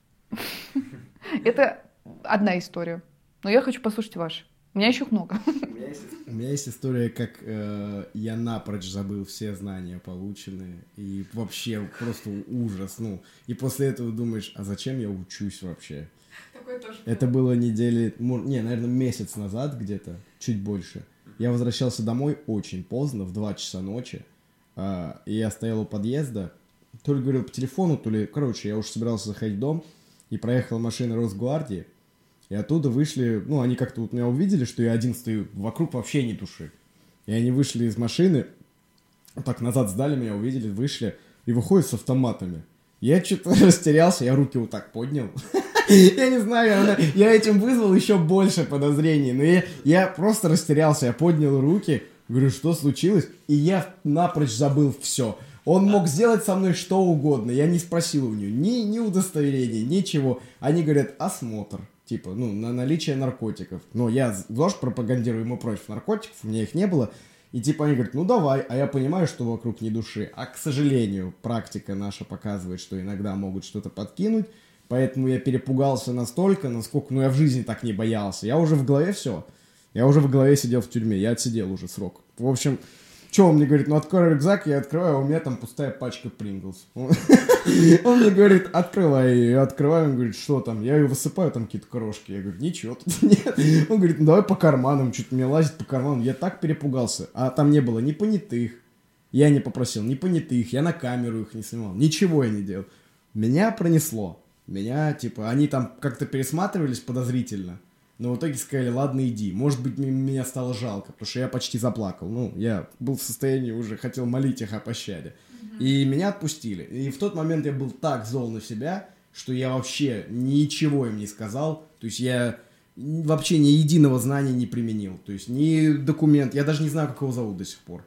Это одна история. Но я хочу послушать ваши. У меня еще их много. У меня есть история, как я напрочь забыл все знания полученные. И вообще просто ужас. И после этого думаешь, а зачем я учусь вообще? Это было наверное, месяц назад где-то, чуть больше. Я возвращался домой очень поздно, в 2 часа ночи. И я стоял у подъезда. То ли говорил по телефону, то ли... я уже собирался заходить в дом, и проехала машина Росгвардии, и оттуда вышли... они как-то меня увидели, что я один стою, вокруг вообще ни души. И они вышли из машины, так назад сдали меня, увидели, вышли, и выходят с автоматами. Я что-то растерялся, я руки вот так поднял. Я не знаю, я этим вызвал еще больше подозрений, но я просто растерялся, я поднял руки, говорю, что случилось, и я напрочь забыл все. Он мог сделать со мной что угодно. Я не спросил у нее ни удостоверения, ничего. Они говорят, осмотр. На наличие наркотиков. Но я ЗОЖ пропагандирую, ему против наркотиков, у меня их не было. И они говорят, давай. А я понимаю, что вокруг ни души. А, к сожалению, практика наша показывает, что иногда могут что-то подкинуть. Поэтому я перепугался настолько, насколько... я в жизни так не боялся. Я уже в голове все. Я уже в голове сидел в тюрьме. Я отсидел уже срок. В общем... Что он мне говорит, открой рюкзак, я открываю, а у меня там пустая пачка Принглс. Он мне говорит, открывай ее, я открываю, он говорит, что там? Я ее высыпаю, там какие-то крошки. Я говорю, ничего тут нет. Он говорит, давай по карманам, что-то мне лазит по карманам. Я так перепугался, а там не было ни понятых. Я не попросил ни понятых, я на камеру их не снимал, ничего я не делал. Меня пронесло. Они там как-то пересматривались подозрительно. Но в итоге сказали, ладно, иди. Может быть, меня стало жалко, потому что я почти заплакал. Я был в состоянии уже, хотел молить их о пощаде. И меня отпустили. И в тот момент я был так зол на себя, что я вообще ничего им не сказал. То есть я вообще ни единого знания не применил. То есть ни документ, я даже не знаю, как его зовут до сих пор. То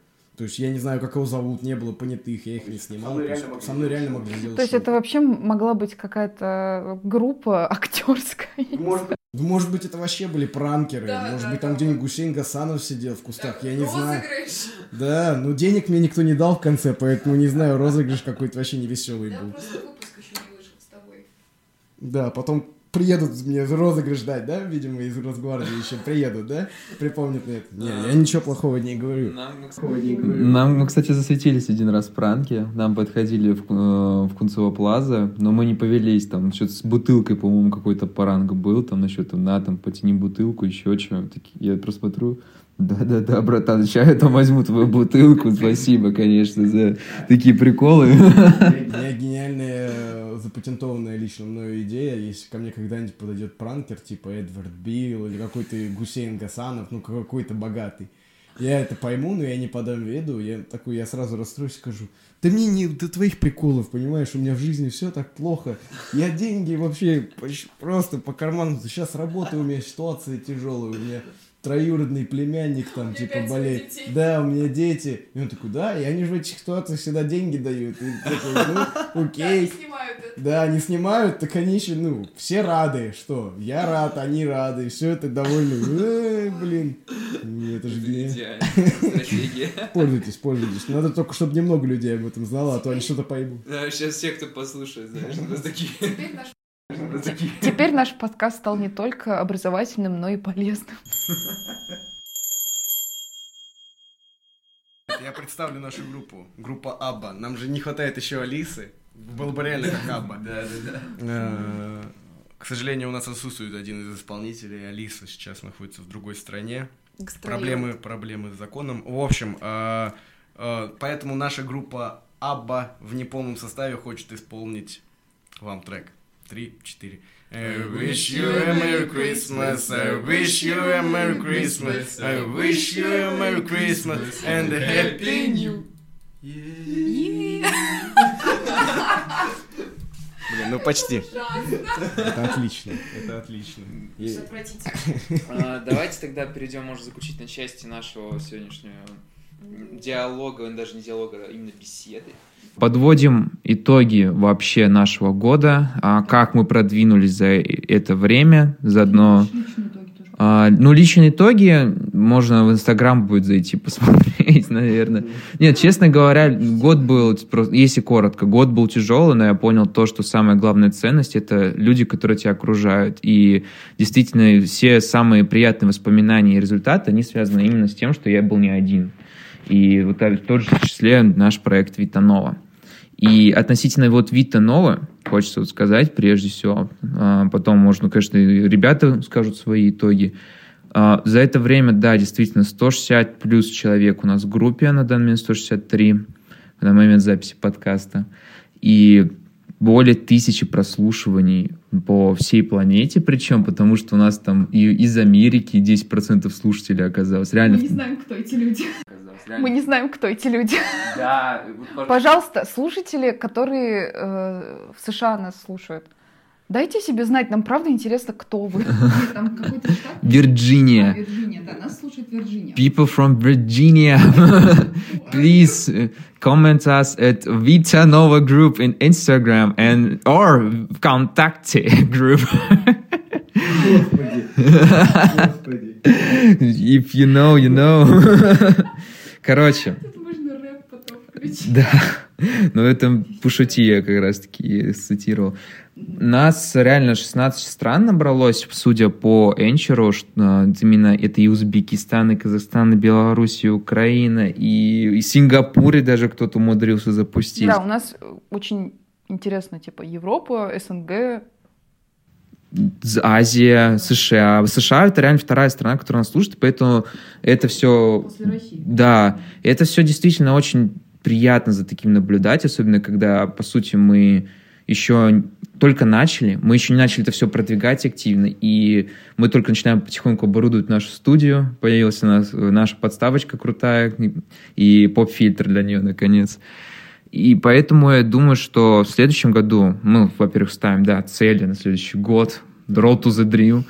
То есть я не знаю, как его зовут, не было понятых, я их не снимал. Со мной реально могли сделать. То есть это вообще могла быть какая-то группа актерская? Может быть, это вообще были пранкеры. Может быть, там где-нибудь Гусейн Гасанов сидел в кустах, я не знаю. Да, но денег мне никто не дал в конце, поэтому не знаю, розыгрыш какой-то вообще невеселый был. Да, просто выпуск еще не вышел с тобой. Да, потом приедут мне розыгрыш дать, да, видимо, из Росгвардии еще приедут, да? Припомнят мне это. Не, я ничего плохого не говорю. Нам, кстати, засветились один раз в пранке. Нам подходили в Кунцево Плаза, но мы не повелись. Там что-то с бутылкой, по-моему, какой-то пранк был. Там насчет, там, потяни бутылку, еще что. Я просто смотрю... Да, братан, сейчас я там возьму твою бутылку. Спасибо, конечно, за такие приколы. У меня гениальная, запатентованная лично мною идея. Если ко мне когда-нибудь подойдет пранкер, типа Эдвард Билл или какой-то Гусейн Гасанов, ну, какой-то богатый, я это пойму, но я не подам виду. Я сразу расстроюсь и скажу: да мне не до твоих приколов, понимаешь, у меня в жизни все так плохо. Я деньги вообще просто по карману. Сейчас работаю, у меня ситуация тяжелая, у меня... троюродный племянник там, типа, болеет. Да, у меня дети. И он такой: да, и они же в этих ситуациях всегда деньги дают. И такой: ну, окей. Да, не снимают, так они еще, все рады, что я рад, они рады, все это довольны. Блин. Это же гениально. Пользуйтесь. Надо только, чтобы немного людей об этом знало, а то они что-то поймут. Да, сейчас все, кто послушает, знаешь, такие... Теперь наш подкаст стал не только образовательным, но и полезным. Я представлю нашу группу. Группа Абба. Нам же не хватает еще Алисы. Было бы реально как Абба. Да. К сожалению, у нас отсутствует один из исполнителей. Алиса сейчас находится в другой стране. Проблемы с законом. В общем, поэтому наша группа Абба в неполном составе хочет исполнить вам трек. 3-4. I wish you a Merry Christmas, I wish you a Merry Christmas, I wish you a Merry Christmas and a Happy New Year. Блин, ну почти. Это отлично. Давайте тогда перейдем, может, заключительной части нашего сегодняшнего диалога, даже не диалога, а именно беседы. Подводим итоги вообще нашего года, как мы продвинулись за это время, заодно... личные итоги можно в Инстаграм будет зайти посмотреть, наверное. Нет, честно говоря, год был, если коротко, год был тяжелый, но я понял то, что самая главная ценность — это люди, которые тебя окружают. И действительно, все самые приятные воспоминания и результаты, они связаны именно с тем, что я был не один. И вот в том же числе наш проект Vita Nova. И относительно Vita Nova, хочется сказать прежде всего, потом, можно, конечно, ребята скажут свои итоги. За это время, да, действительно, 160 плюс человек у нас в группе, на данный момент 163, на момент записи подкаста. И более 1000 прослушиваний по всей планете, причем, потому что у нас там и из Америки 10% слушателей оказалось. Реально. Мы не знаем, кто эти люди. Да. Пожалуйста, слушатели, которые в США нас слушают, дайте себе знать, нам правда интересно, кто вы. Там какой-то штат? Вирджиния. Вирджиния, да, нас слушает Вирджиния. People from Virginia, please comment us at Vita Nova Group in Instagram or Vkontakte Group. Господи. If you know, you know. Короче. Тут можно рэп потом включить. Да. Но это пошути я как раз-таки цитировал. Нас реально 16 стран набралось, судя по Энчеру, именно это и Узбекистан, и Казахстан, и Беларусь, и Украина, и Сингапур даже кто-то умудрился запустить. Да, у нас очень интересно, типа Европа, СНГ, Азия, США. США — это реально вторая страна, которая нас слушает, поэтому это все... После России. Да, это все действительно очень приятно за таким наблюдать, особенно когда, по сути, мы еще только начали, мы еще не начали это все продвигать активно, и мы только начинаем потихоньку оборудовать нашу студию, появилась у нас наша подставочка крутая и поп-фильтр для нее, наконец. И поэтому я думаю, что в следующем году мы, во-первых, ставим, цели на следующий год, Road to the Dream.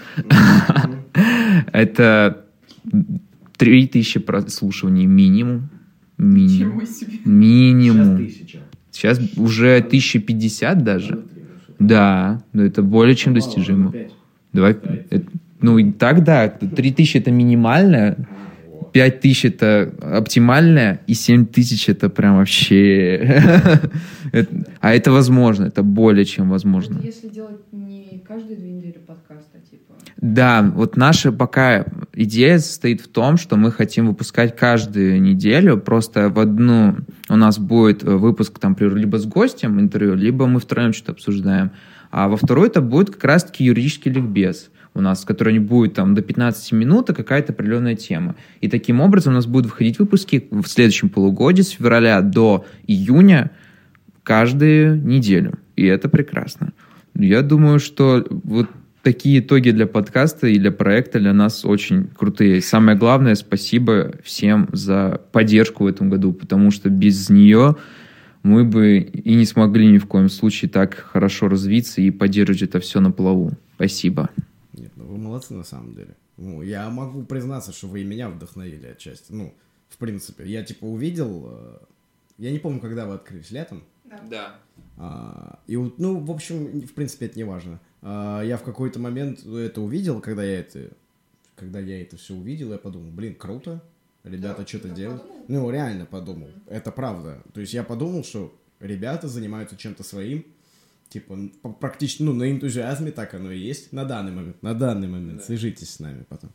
Это 3000 прослушиваний минимум. Минимум. Ничего себе. Минимум. 1000. Сейчас уже 1050 даже. Да, но это более чем достижимо. Давай, ну и так да, 3000 это минимальное, 5000 это оптимальное, и 7000 это прям вообще... А это возможно, это более чем возможно. Если делать не каждые 2 недели подкаста, типа... Да, вот наша пока идея состоит в том, что мы хотим выпускать каждую неделю, просто в одну у нас будет выпуск, там, например, либо с гостем интервью, либо мы втроем что-то обсуждаем, а во второй это будет как раз-таки юридический ликбез у нас, который не будет там до 15 минут, а какая-то определенная тема. И таким образом у нас будут выходить выпуски в следующем полугодии с февраля до июня каждую неделю. И это прекрасно. Я думаю, что вот такие итоги для подкаста и для проекта для нас очень крутые. Самое главное, спасибо всем за поддержку в этом году, потому что без нее мы бы и не смогли ни в коем случае так хорошо развиться и поддерживать это все на плаву. Спасибо. Нет, ну вы молодцы на самом деле. Ну, я могу признаться, что вы и меня вдохновили отчасти. Ну, в принципе, я типа увидел... Я не помню, когда вы открылись, летом? Да. И вот, ну, в общем, в принципе, это не важно. Я в какой-то момент это увидел, когда я это все увидел, я подумал, блин, круто, ребята что-то делают. Ну, реально подумал, это правда. То есть я подумал, что ребята занимаются чем-то своим, типа, практически, ну, на энтузиазме так оно и есть на данный момент, да. Свяжитесь с нами потом.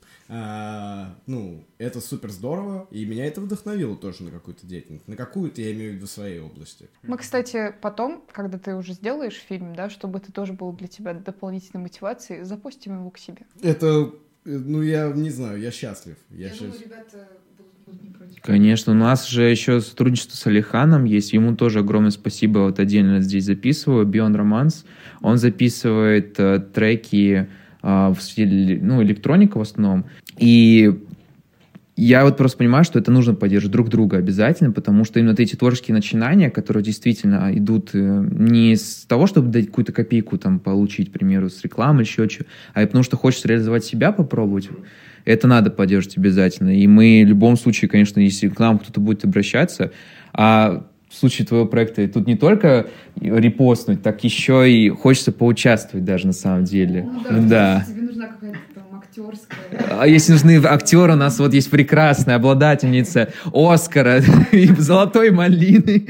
Ну, это супер здорово, и меня это вдохновило тоже на какую-то деятельность, на какую-то, я имею в виду, в своей области. Мы, кстати, потом, когда ты уже сделаешь фильм, да, чтобы это тоже было для тебя дополнительной мотивацией, запустим его к себе. Это, ну, я не знаю, я счастлив. Я думаю, ребята будут не против. Конечно, у нас же еще сотрудничество с Алиханом есть. Ему тоже огромное спасибо. Вот отдельно здесь записываю. Beyond Romance. Он записывает треки в стиле, ну, электроника в основном. И я вот просто понимаю, что это нужно поддерживать друг друга обязательно, потому что именно вот эти творческие начинания, которые действительно идут не с того, чтобы дать какую-то копейку там получить, к примеру, с рекламы или еще что, а потому что хочется реализовать себя, попробовать. Это надо поддерживать обязательно. И мы в любом случае, конечно, если к нам кто-то будет обращаться, а в случае твоего проекта тут не только репостнуть, так еще и хочется поучаствовать даже на самом деле. Ну да. Тебе нужна какая-то там актерская... А если нужны актеры, у нас вот есть прекрасная обладательница Оскара и Золотой малины.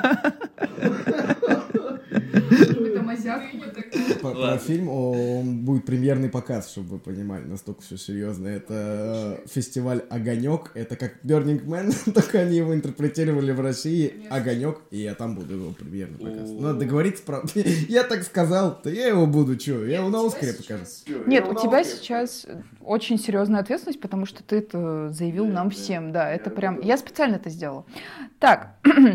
Какую-то мазяку. Про фильм он будет премьерный показ, чтобы вы понимали, настолько все серьезно. Это фестиваль «Огонек», это как Burning Man, только они его интерпретировали в России. «Огонек», и я там буду его премьерный показ. Надо договориться про... Я так сказал, то я его буду, что? Я его на Оскаре покажу. Нет, у тебя сейчас очень серьезная ответственность, потому что ты это заявил нам всем, да, это прям... Я специально это сделала. Так.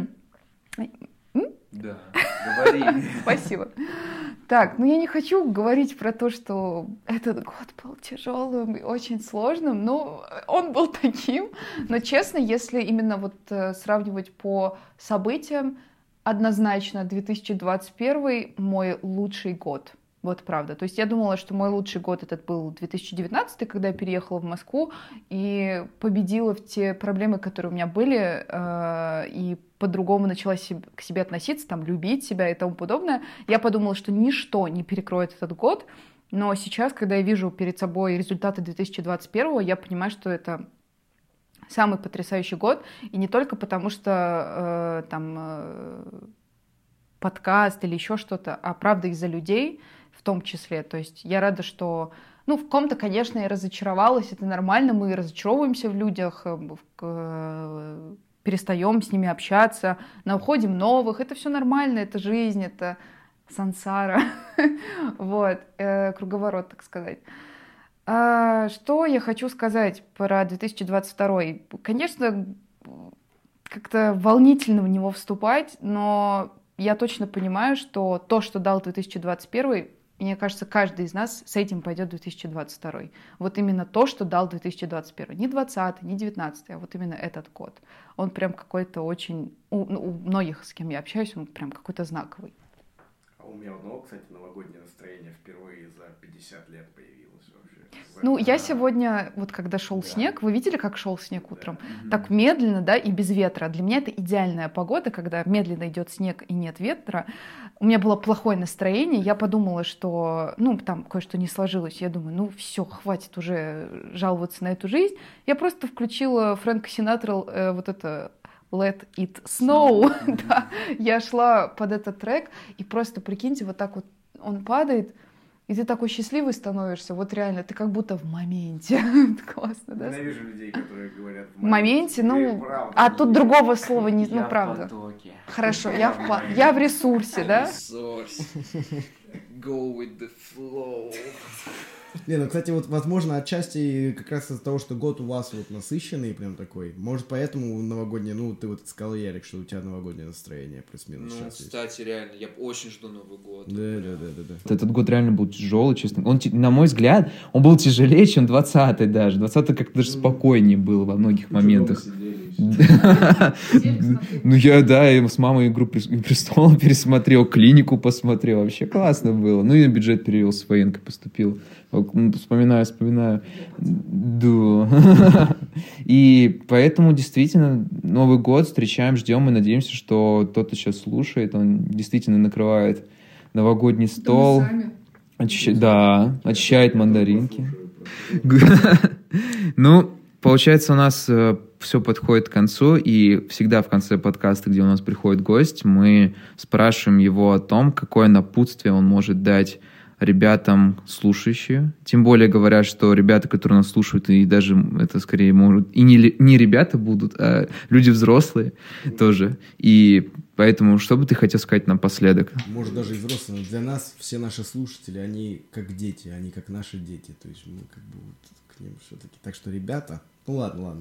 Да, говори. Спасибо. Так, ну я не хочу говорить про то, что этот год был тяжелым и очень сложным, но он был таким. Но честно, если именно вот сравнивать по событиям, однозначно 2021 мой лучший год. Вот правда. То есть я думала, что мой лучший год этот был 2019, когда я переехала в Москву и победила в те проблемы, которые у меня были, и по-другому начала к себе относиться, там, любить себя и тому подобное. Я подумала, что ничто не перекроет этот год, но сейчас, когда я вижу перед собой результаты 2021, я понимаю, что это самый потрясающий год, и не только потому, что подкаст или еще что-то, а правда из-за людей в том числе. То есть я рада, что... Ну, в ком-то, конечно, я разочаровалась, это нормально, мы разочаровываемся в людях, перестаем с ними общаться, находим новых, это все нормально, это жизнь, это сансара, вот, круговорот, так сказать. Что я хочу сказать про 2022? Конечно, как-то волнительно в него вступать, но я точно понимаю, что то, что дал 2021, мне кажется, каждый из нас с этим пойдет 2022. Вот именно то, что дал 2021. Не 20, не 19, а вот именно этот год. Он прям какой-то очень... у многих, с кем я общаюсь, он прям какой-то знаковый. А у меня одного, кстати, новогоднее настроение впервые за 50 лет появилось вообще. Ну, я сегодня, вот когда шел снег, вы видели, как шел снег утром? Так медленно, да, и без ветра. Для меня это идеальная погода, когда медленно идет снег и нет ветра. У меня было плохое настроение, я подумала, что, ну, там кое-что не сложилось. Я думаю, ну, все, хватит уже жаловаться на эту жизнь. Я просто включила Фрэнка Синатра, вот это Let It Snow. Да. Я шла под этот трек, и просто, прикиньте, вот так вот он падает, и ты такой счастливый становишься, вот реально, ты как будто в моменте. Классно, да? Ненавижу людей, которые говорят в моменте. Ну, а тут другого слова не, ну, правда. Хорошо, я в ресурсе, да? Go with the flow. Не, ну, кстати, вот, возможно, отчасти как раз из-за того, что год у вас вот насыщенный прям такой, может, поэтому новогоднее, ну, ты вот сказал, Ярик, что у тебя новогоднее настроение плюс-минус. Ну, кстати, реально, я очень жду Новый год. Да. Этот год реально был тяжелый, честно. Он, на мой взгляд, он был тяжелее, чем 20-й даже. 20-й как-то даже спокойнее был во многих моментах. Ну, я с мамой «Игру престолов» пересмотрел, «Клинику» посмотрел. Вообще классно было. Ну, и на бюджет перевел, с военкой поступил. Вспоминаю. Да. И поэтому, действительно, Новый год встречаем, ждем и надеемся, что тот, кто сейчас слушает, он действительно накрывает новогодний стол. Очищает мандаринки. Ну, получается, у нас все подходит к концу, и всегда в конце подкаста, где у нас приходит гость, мы спрашиваем его о том, какое напутствие он может дать ребятам слушающие. Тем более говорят, что ребята, которые нас слушают, и даже это скорее могут... И не ребята будут, а люди взрослые тоже. И поэтому, что бы ты хотел сказать напоследок? Может, даже и взрослые. Для нас все наши слушатели, они как дети, они как наши дети. То есть мы как бы вот к ним все-таки. Так что, ребята... Ну ладно.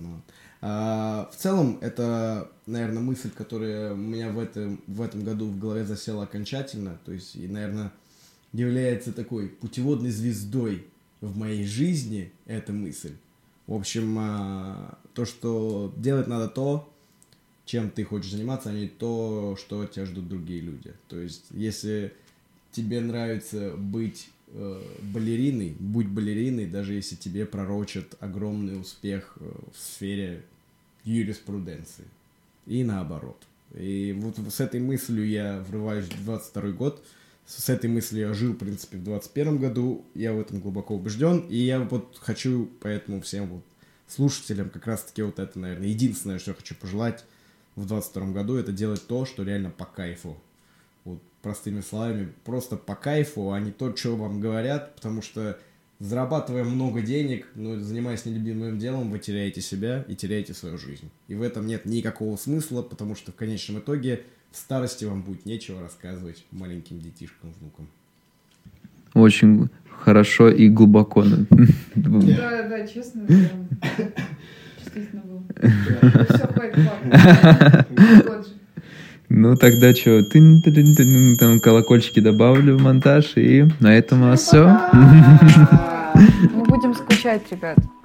В целом, это, наверное, мысль, которая у меня в этом году в голове засела окончательно. То есть, и, наверное, является такой путеводной звездой в моей жизни, эта мысль. В общем, то, что делать надо то, чем ты хочешь заниматься, а не то, что от тебя ждут другие люди. То есть, если тебе нравится быть балериной, будь балериной, даже если тебе пророчат огромный успех в сфере юриспруденции. И наоборот. И вот с этой мыслью я врываюсь в 22 год. С этой мыслью я жил, в принципе, в 21 году. Я в этом глубоко убежден. И я вот хочу поэтому всем вот слушателям как раз-таки вот это, наверное, единственное, что я хочу пожелать в 22 году, это делать то, что реально по кайфу. Вот простыми словами, просто по кайфу, а не то, что вам говорят, потому что зарабатывая много денег, но занимаясь нелюбимым делом, вы теряете себя и теряете свою жизнь. И в этом нет никакого смысла, потому что в конечном итоге в старости вам будет нечего рассказывать маленьким детишкам, внукам. Очень хорошо и глубоко. Да, честно, действительно было. Все, хватит. Ну, тогда что, там колокольчики добавлю в монтаж, и на этом все. Мы будем скучать, ребят.